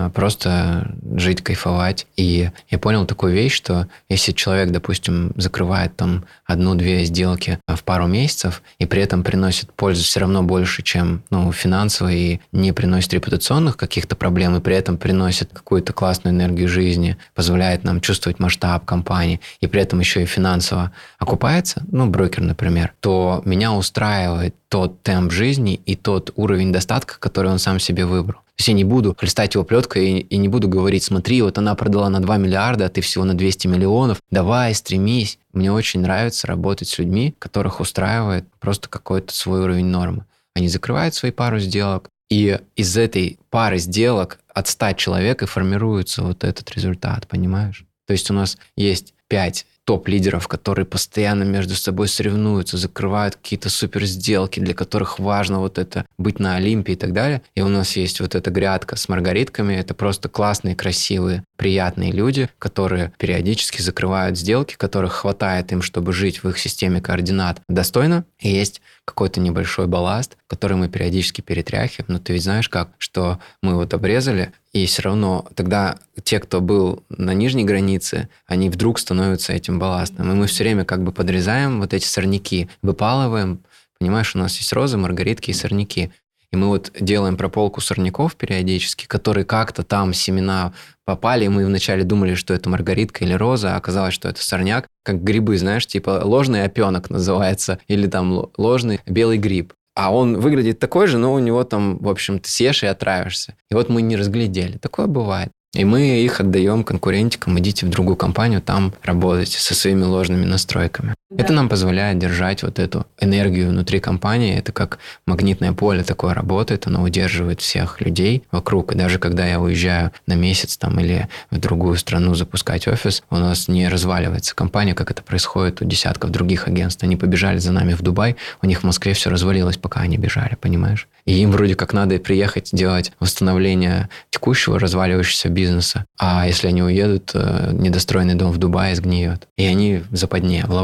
Speaker 1: просто жить, кайфовать. И я понял такую вещь, что если человек, допустим, закрывает там одну-две сделки в пару месяцев и при этом приносит пользу все равно больше, чем ну, финансово, и не приносит репутационных каких-то проблем, и при этом приносит какую-то классную энергию жизни, позволяет нам чувствовать масштаб компании, и при этом еще и финансово окупается, ну, брокер, например, то меня устраивает тот темп жизни и тот уровень достатка, который он сам себе выбрал. То есть я не буду хлестать его плеткой и, и не буду говорить, смотри, вот она продала на два миллиарда, а ты всего на двести миллионов, давай, стремись. Мне очень нравится работать с людьми, которых устраивает просто какой-то свой уровень нормы. Они закрывают свои пару сделок, и из этой пары сделок от ста человек и формируется вот этот результат, понимаешь? То есть у нас есть пять топ-лидеров, которые постоянно между собой соревнуются, закрывают какие-то супер сделки, для которых важно вот это быть на Олимпе и так далее. И у нас есть вот эта грядка с маргаритками. Это просто классные, красивые, приятные люди, которые периодически закрывают сделки, которых хватает им, чтобы жить в их системе координат достойно. И есть какой-то небольшой балласт, который мы периодически перетряхиваем. Но ты ведь знаешь как, что мы вот обрезали, и все равно тогда те, кто был на нижней границе, они вдруг становятся этим балластом. И мы все время как бы подрезаем вот эти сорняки, выпалываем. Понимаешь, у нас есть розы, маргаритки и сорняки. И мы вот делаем прополку сорняков периодически, которые как-то там семена попали, и мы вначале думали, что это маргаритка или роза, а оказалось, что это сорняк. Как грибы, знаешь, типа ложный опенок называется, или там ложный белый гриб. А он выглядит такой же, но у него там, в общем, ты съешь и отравишься. И вот мы не разглядели. Такое бывает. И мы их отдаем конкурентикам, идите в другую компанию, там работайте со своими ложными настройками. Да. Это нам позволяет держать вот эту энергию внутри компании. Это как магнитное поле такое работает, оно удерживает всех людей вокруг. И даже когда я уезжаю на месяц там, или в другую страну запускать офис, у нас не разваливается компания, как это происходит у десятков других агентств. Они побежали за нами в Дубай, у них в Москве все развалилось, пока они бежали, понимаешь? И им вроде как надо приехать делать восстановление текущего разваливающегося бизнеса. А если они уедут, недостроенный дом в Дубае сгниет. И они в западне, в ловушке.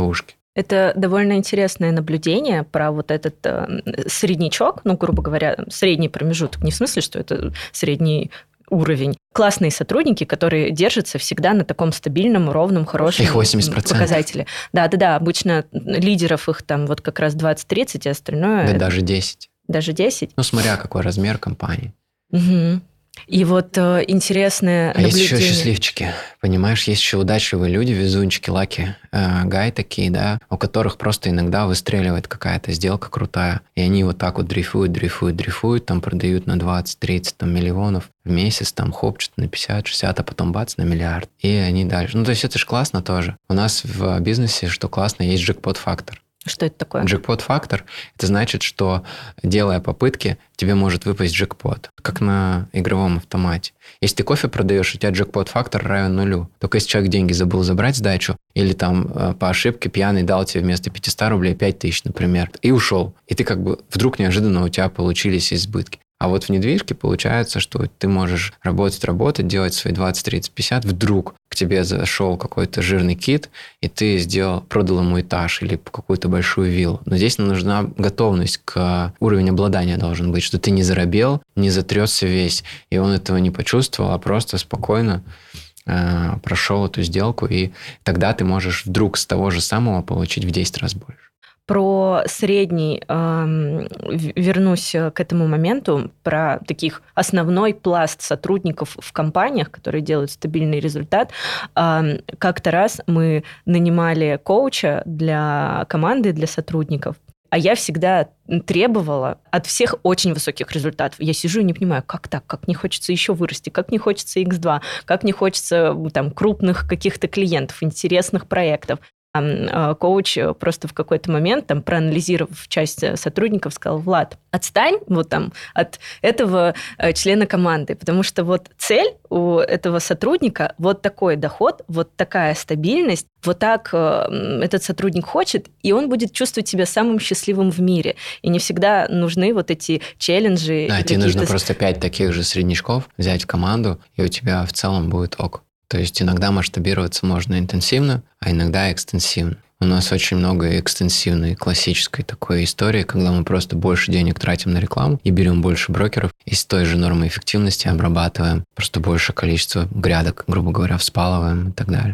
Speaker 2: Это довольно интересное наблюдение про вот этот э, среднячок, ну, грубо говоря, средний промежуток. Не в смысле, что это средний уровень. Классные сотрудники, которые держатся всегда на таком стабильном, ровном, хорошем
Speaker 1: их восемьдесят процентов
Speaker 2: показателе. Да-да-да, обычно лидеров их там вот как раз двадцать-тридцать, а остальное...
Speaker 1: Да, даже десять.
Speaker 2: Даже десять?
Speaker 1: Ну, смотря какой размер компании.
Speaker 2: Угу. И вот э, интересное
Speaker 1: а
Speaker 2: наблюдение...
Speaker 1: есть еще счастливчики, понимаешь? Есть еще удачливые люди, везунчики, лаки, э, гай такие, да, у которых просто иногда выстреливает какая-то сделка крутая, и они вот так вот дрейфуют, дрейфуют, дрейфуют, там продают на двадцать-тридцать там, миллионов в месяц, там хоп, что-то на пятьдесят-шестьдесят, а потом бац, на миллиард. И они дальше. Ну, то есть это же классно тоже. У нас в бизнесе, что классно, есть джекпот-фактор.
Speaker 2: Что это такое?
Speaker 1: Джекпот-фактор – это значит, что, делая попытки, тебе может выпасть джекпот, как на игровом автомате. Если ты кофе продаешь, у тебя джекпот-фактор равен нулю. Только если человек деньги забыл забрать сдачу, или там по ошибке пьяный дал тебе вместо пятьсот рублей пять тысяч, например, и ушел. И ты как бы вдруг неожиданно у тебя получились избытки. А вот в недвижке получается, что ты можешь работать, работать, делать свои двадцать, тридцать, пятьдесят, вдруг к тебе зашел какой-то жирный кит, и ты сделал, продал ему этаж или какую-то большую виллу. Но здесь нужна готовность к уровню обладания должен быть, что ты не заробел, не затресся весь, и он этого не почувствовал, а просто спокойно э, прошел эту сделку, и тогда ты можешь вдруг с того же самого получить в десять раз больше.
Speaker 2: Про средний, э, вернусь к этому моменту, про таких основной пласт сотрудников в компаниях, которые делают стабильный результат. Э, как-то раз мы нанимали коуча для команды, для сотрудников, а я всегда требовала от всех очень высоких результатов. Я сижу и не понимаю, как так, как не хочется еще вырасти, как не хочется икс два, как не хочется там, крупных каких-то клиентов, интересных проектов. Коуч просто в какой-то момент, там, проанализировав часть сотрудников, сказал: Влад, отстань вот там от этого члена команды, потому что вот цель у этого сотрудника вот такой доход, вот такая стабильность, вот так этот сотрудник хочет, и он будет чувствовать себя самым счастливым в мире. И не всегда нужны вот эти челленджи.
Speaker 1: Да, тебе нужно просто пять таких же среднячков взять в команду, и у тебя в целом будет ок. То есть иногда масштабироваться можно интенсивно, а иногда экстенсивно. У нас очень много экстенсивной, классической такой истории, когда мы просто больше денег тратим на рекламу и берем больше брокеров, и с той же нормой эффективности обрабатываем просто большее количество грядок, грубо говоря, вспалываем и так далее.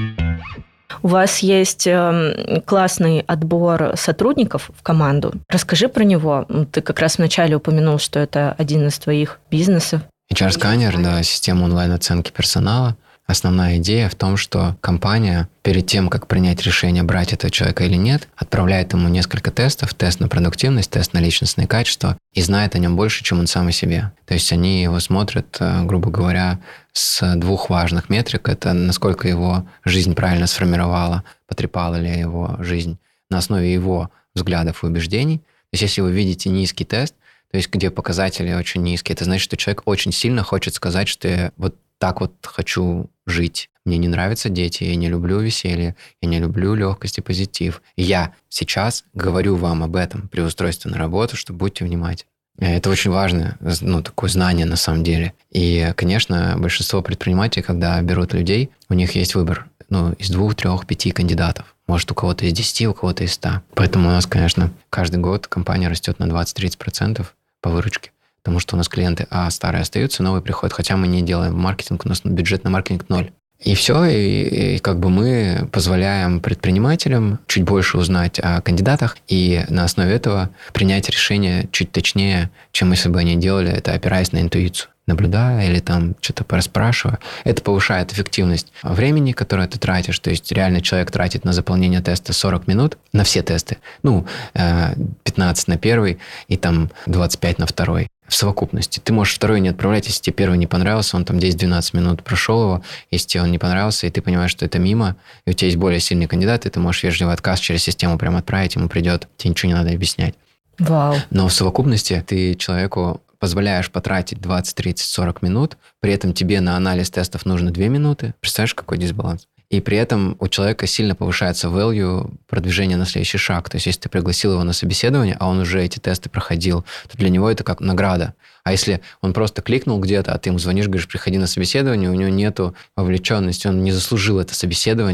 Speaker 2: У вас есть классный отбор сотрудников в команду. Расскажи про него. Ты как раз вначале упомянул, что это один из твоих бизнесов.
Speaker 1: эйч ар-сканер, да, система онлайн-оценки персонала. Основная идея в том, что компания перед тем, как принять решение, брать этого человека или нет, отправляет ему несколько тестов, тест на продуктивность, тест на личностные качества, и знает о нем больше, чем он сам о себе. То есть они его смотрят, грубо говоря, с двух важных метрик. Это насколько его жизнь правильно сформировала, потрепала ли его жизнь на основе его взглядов и убеждений. То есть если вы видите низкий тест, то есть где показатели очень низкие, это значит, что человек очень сильно хочет сказать, что я вот так вот хочу жить. Мне не нравятся дети, я не люблю веселье, я не люблю легкость и позитив. И я сейчас говорю вам об этом при устройстве на работу, что будьте внимательны. Это очень важное, ну, такое знание на самом деле. И, конечно, большинство предпринимателей, когда берут людей, у них есть выбор. Ну, из двух, трех, пяти кандидатов. Может, у кого-то из десяти, у кого-то из ста. Поэтому у нас, конечно, каждый год компания растет на двадцать-тридцать процентов по выручке. Потому что у нас клиенты, а, старые остаются, новые приходят. Хотя мы не делаем маркетинг, у нас бюджет на маркетинг ноль. И все, и, и как бы мы позволяем предпринимателям чуть больше узнать о кандидатах и на основе этого принять решение чуть точнее, чем если бы они делали это, опираясь на интуицию. Наблюдая или там что-то порасспрашивая. Это повышает эффективность времени, которое ты тратишь. То есть реально человек тратит на заполнение теста сорок минут, на все тесты. Ну, пятнадцать на первый и там двадцать пять на второй. В совокупности. Ты можешь второй не отправлять, если тебе первый не понравился, он там десять-двенадцать минут прошел его, если тебе он не понравился, и ты понимаешь, что это мимо, и у тебя есть более сильный кандидат, и ты можешь вежливый отказ через систему прямо отправить, ему придет, тебе ничего не надо объяснять.
Speaker 2: Вау.
Speaker 1: Но в совокупности ты человеку позволяешь потратить двадцать, тридцать, сорок минут, при этом тебе на анализ тестов нужно две минуты. Представляешь, какой дисбаланс? И при этом у человека сильно повышается value продвижения на следующий шаг. То есть, если ты пригласил его на собеседование, а он уже эти тесты проходил, то для него это как награда. А если он просто кликнул где-то, а ты ему звонишь, говоришь, приходи на собеседование, у него нету вовлеченности, он не заслужил это собеседование,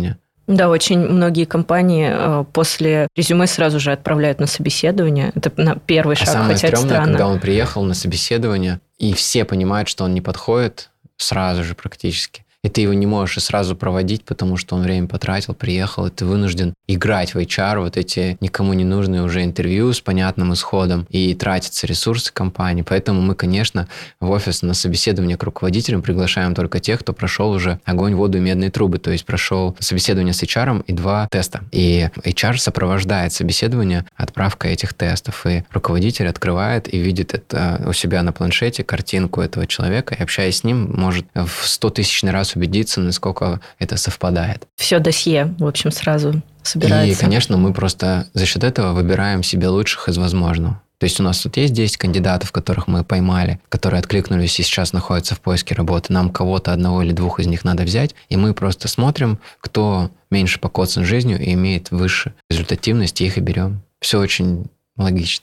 Speaker 2: Да, очень многие компании после резюме сразу же отправляют на собеседование. Это на первый шаг,
Speaker 1: а самое
Speaker 2: хотя это
Speaker 1: стрёмное,
Speaker 2: странно.
Speaker 1: когда он приехал на собеседование, и все понимают, что он не подходит сразу же практически. И ты его не можешь и сразу проводить, потому что он время потратил, приехал, и ты вынужден играть в эйч ар, вот эти никому не нужные уже интервью с понятным исходом, и тратятся ресурсы компании. Поэтому мы, конечно, в офис на собеседование к руководителям приглашаем только тех, кто прошел уже огонь, воду и медные трубы, то есть прошел собеседование с эйч ар и два теста. И эйч ар сопровождает собеседование отправкой этих тестов, и руководитель открывает и видит это у себя на планшете, картинку этого человека, и общаясь с ним, может в стотысячный раз убедиться, насколько это совпадает.
Speaker 2: Все досье, в общем, сразу собирается.
Speaker 1: И, конечно, мы просто за счет этого выбираем себе лучших из возможного. То есть у нас тут есть десять кандидатов, которых мы поймали, которые откликнулись и сейчас находятся в поиске работы. Нам кого-то одного или двух из них надо взять, и мы просто смотрим, кто меньше покоцан жизнью и имеет выше результативность, и их и берем. Все очень логично.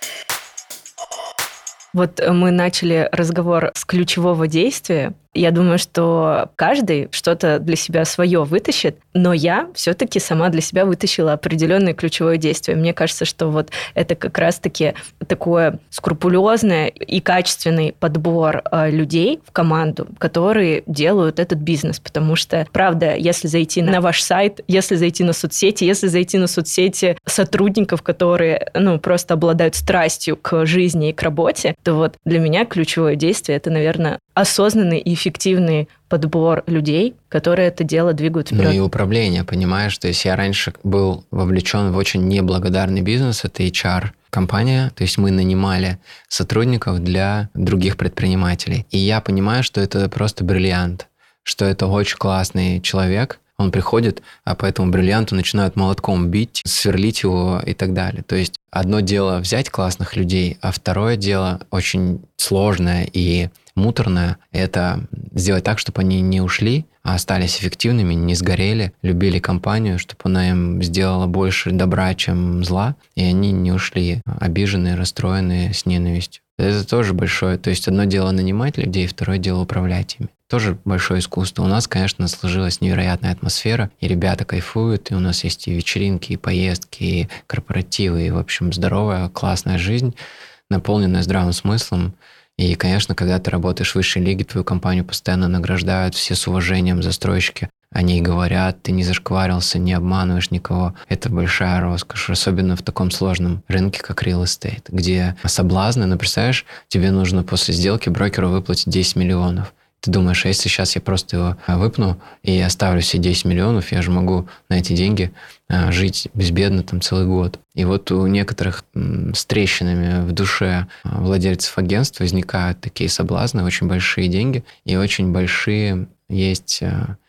Speaker 2: Вот мы начали разговор с ключевого действия. Я думаю, что каждый что-то для себя свое вытащит, но я все-таки сама для себя вытащила определенное ключевое действие. Мне кажется, что вот это как раз-таки такое скрупулезное и качественный подбор людей в команду, которые делают этот бизнес. Потому что, правда, если зайти на ваш сайт, если зайти на соцсети, если зайти на соцсети сотрудников, которые ну, просто обладают страстью к жизни и к работе, то вот для меня ключевое действие – это, наверное, осознанный и эффективный подбор людей, которые это дело двигают вперед.
Speaker 1: Ну и управление, понимаешь? То есть я раньше был вовлечен в очень неблагодарный бизнес, это эйч ар-компания, то есть мы нанимали сотрудников для других предпринимателей. И я понимаю, что это просто бриллиант, что это очень классный человек, он приходит, а по этому бриллианту начинают молотком бить, сверлить его и так далее. То есть одно дело взять классных людей, а второе дело очень сложное и муторное – это сделать так, чтобы они не ушли, а остались эффективными, не сгорели, любили компанию, чтобы она им сделала больше добра, чем зла, и они не ушли обиженные, расстроенные, с ненавистью. Это тоже большое. То есть одно дело нанимать людей, второе дело управлять ими. Тоже большое искусство. У нас, конечно, сложилась невероятная атмосфера, и ребята кайфуют, и у нас есть и вечеринки, и поездки, и корпоративы, и, в общем, здоровая, классная жизнь, наполненная здравым смыслом. И, конечно, когда ты работаешь в высшей лиге, твою компанию постоянно награждают, все с уважением, застройщики о ней говорят, ты не зашкварился, не обманываешь никого. Это большая роскошь, особенно в таком сложном рынке, как real estate, где соблазны, ну, представляешь, тебе нужно после сделки брокеру выплатить десять миллионов. Ты думаешь, а если сейчас я просто его выпну и оставлю все десять миллионов, я же могу на эти деньги жить безбедно там целый год. И вот у некоторых с трещинами в душе владельцев агентств возникают такие соблазны, очень большие деньги и очень большие есть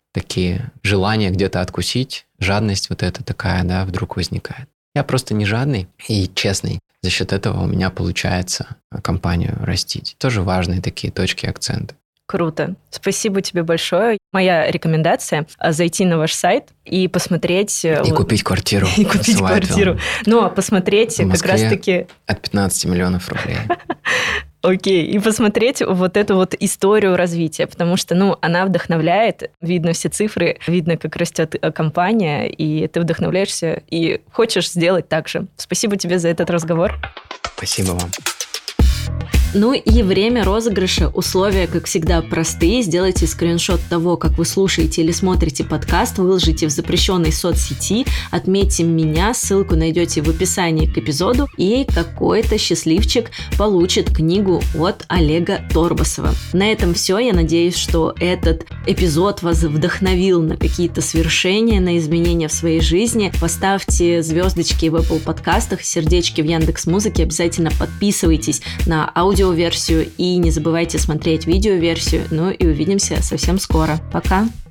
Speaker 1: такие желания где-то откусить, жадность вот эта такая, да, вдруг возникает. Я просто не жадный и честный. За счет этого у меня получается компанию растить. Тоже важные такие точки, акценты.
Speaker 2: Круто. Спасибо тебе большое. Моя рекомендация – зайти на ваш сайт и посмотреть…
Speaker 1: И
Speaker 2: вот,
Speaker 1: купить квартиру.
Speaker 2: И купить квартиру. Но посмотреть как раз-таки…
Speaker 1: от пятнадцати миллионов рублей.
Speaker 2: Окей, и посмотреть вот эту вот историю развития, потому что, ну, она вдохновляет, видно все цифры, видно, как растет компания, и ты вдохновляешься и хочешь сделать так же. Спасибо тебе за этот разговор.
Speaker 1: Спасибо вам.
Speaker 2: Ну и время розыгрыша. Условия, как всегда, простые. Сделайте скриншот того, как вы слушаете или смотрите подкаст, выложите в запрещенной соцсети, отметьте меня, ссылку найдете в описании к эпизоду, и какой-то счастливчик получит книгу от Олега Торбасова. На этом все. Я надеюсь, что этот эпизод вас вдохновил на какие-то свершения, на изменения в своей жизни. Поставьте звездочки в Apple подкастах, сердечки в Яндекс.Музыке, обязательно подписывайтесь на аудио версию и не забывайте смотреть видеоверсию. Ну и увидимся совсем скоро. Пока!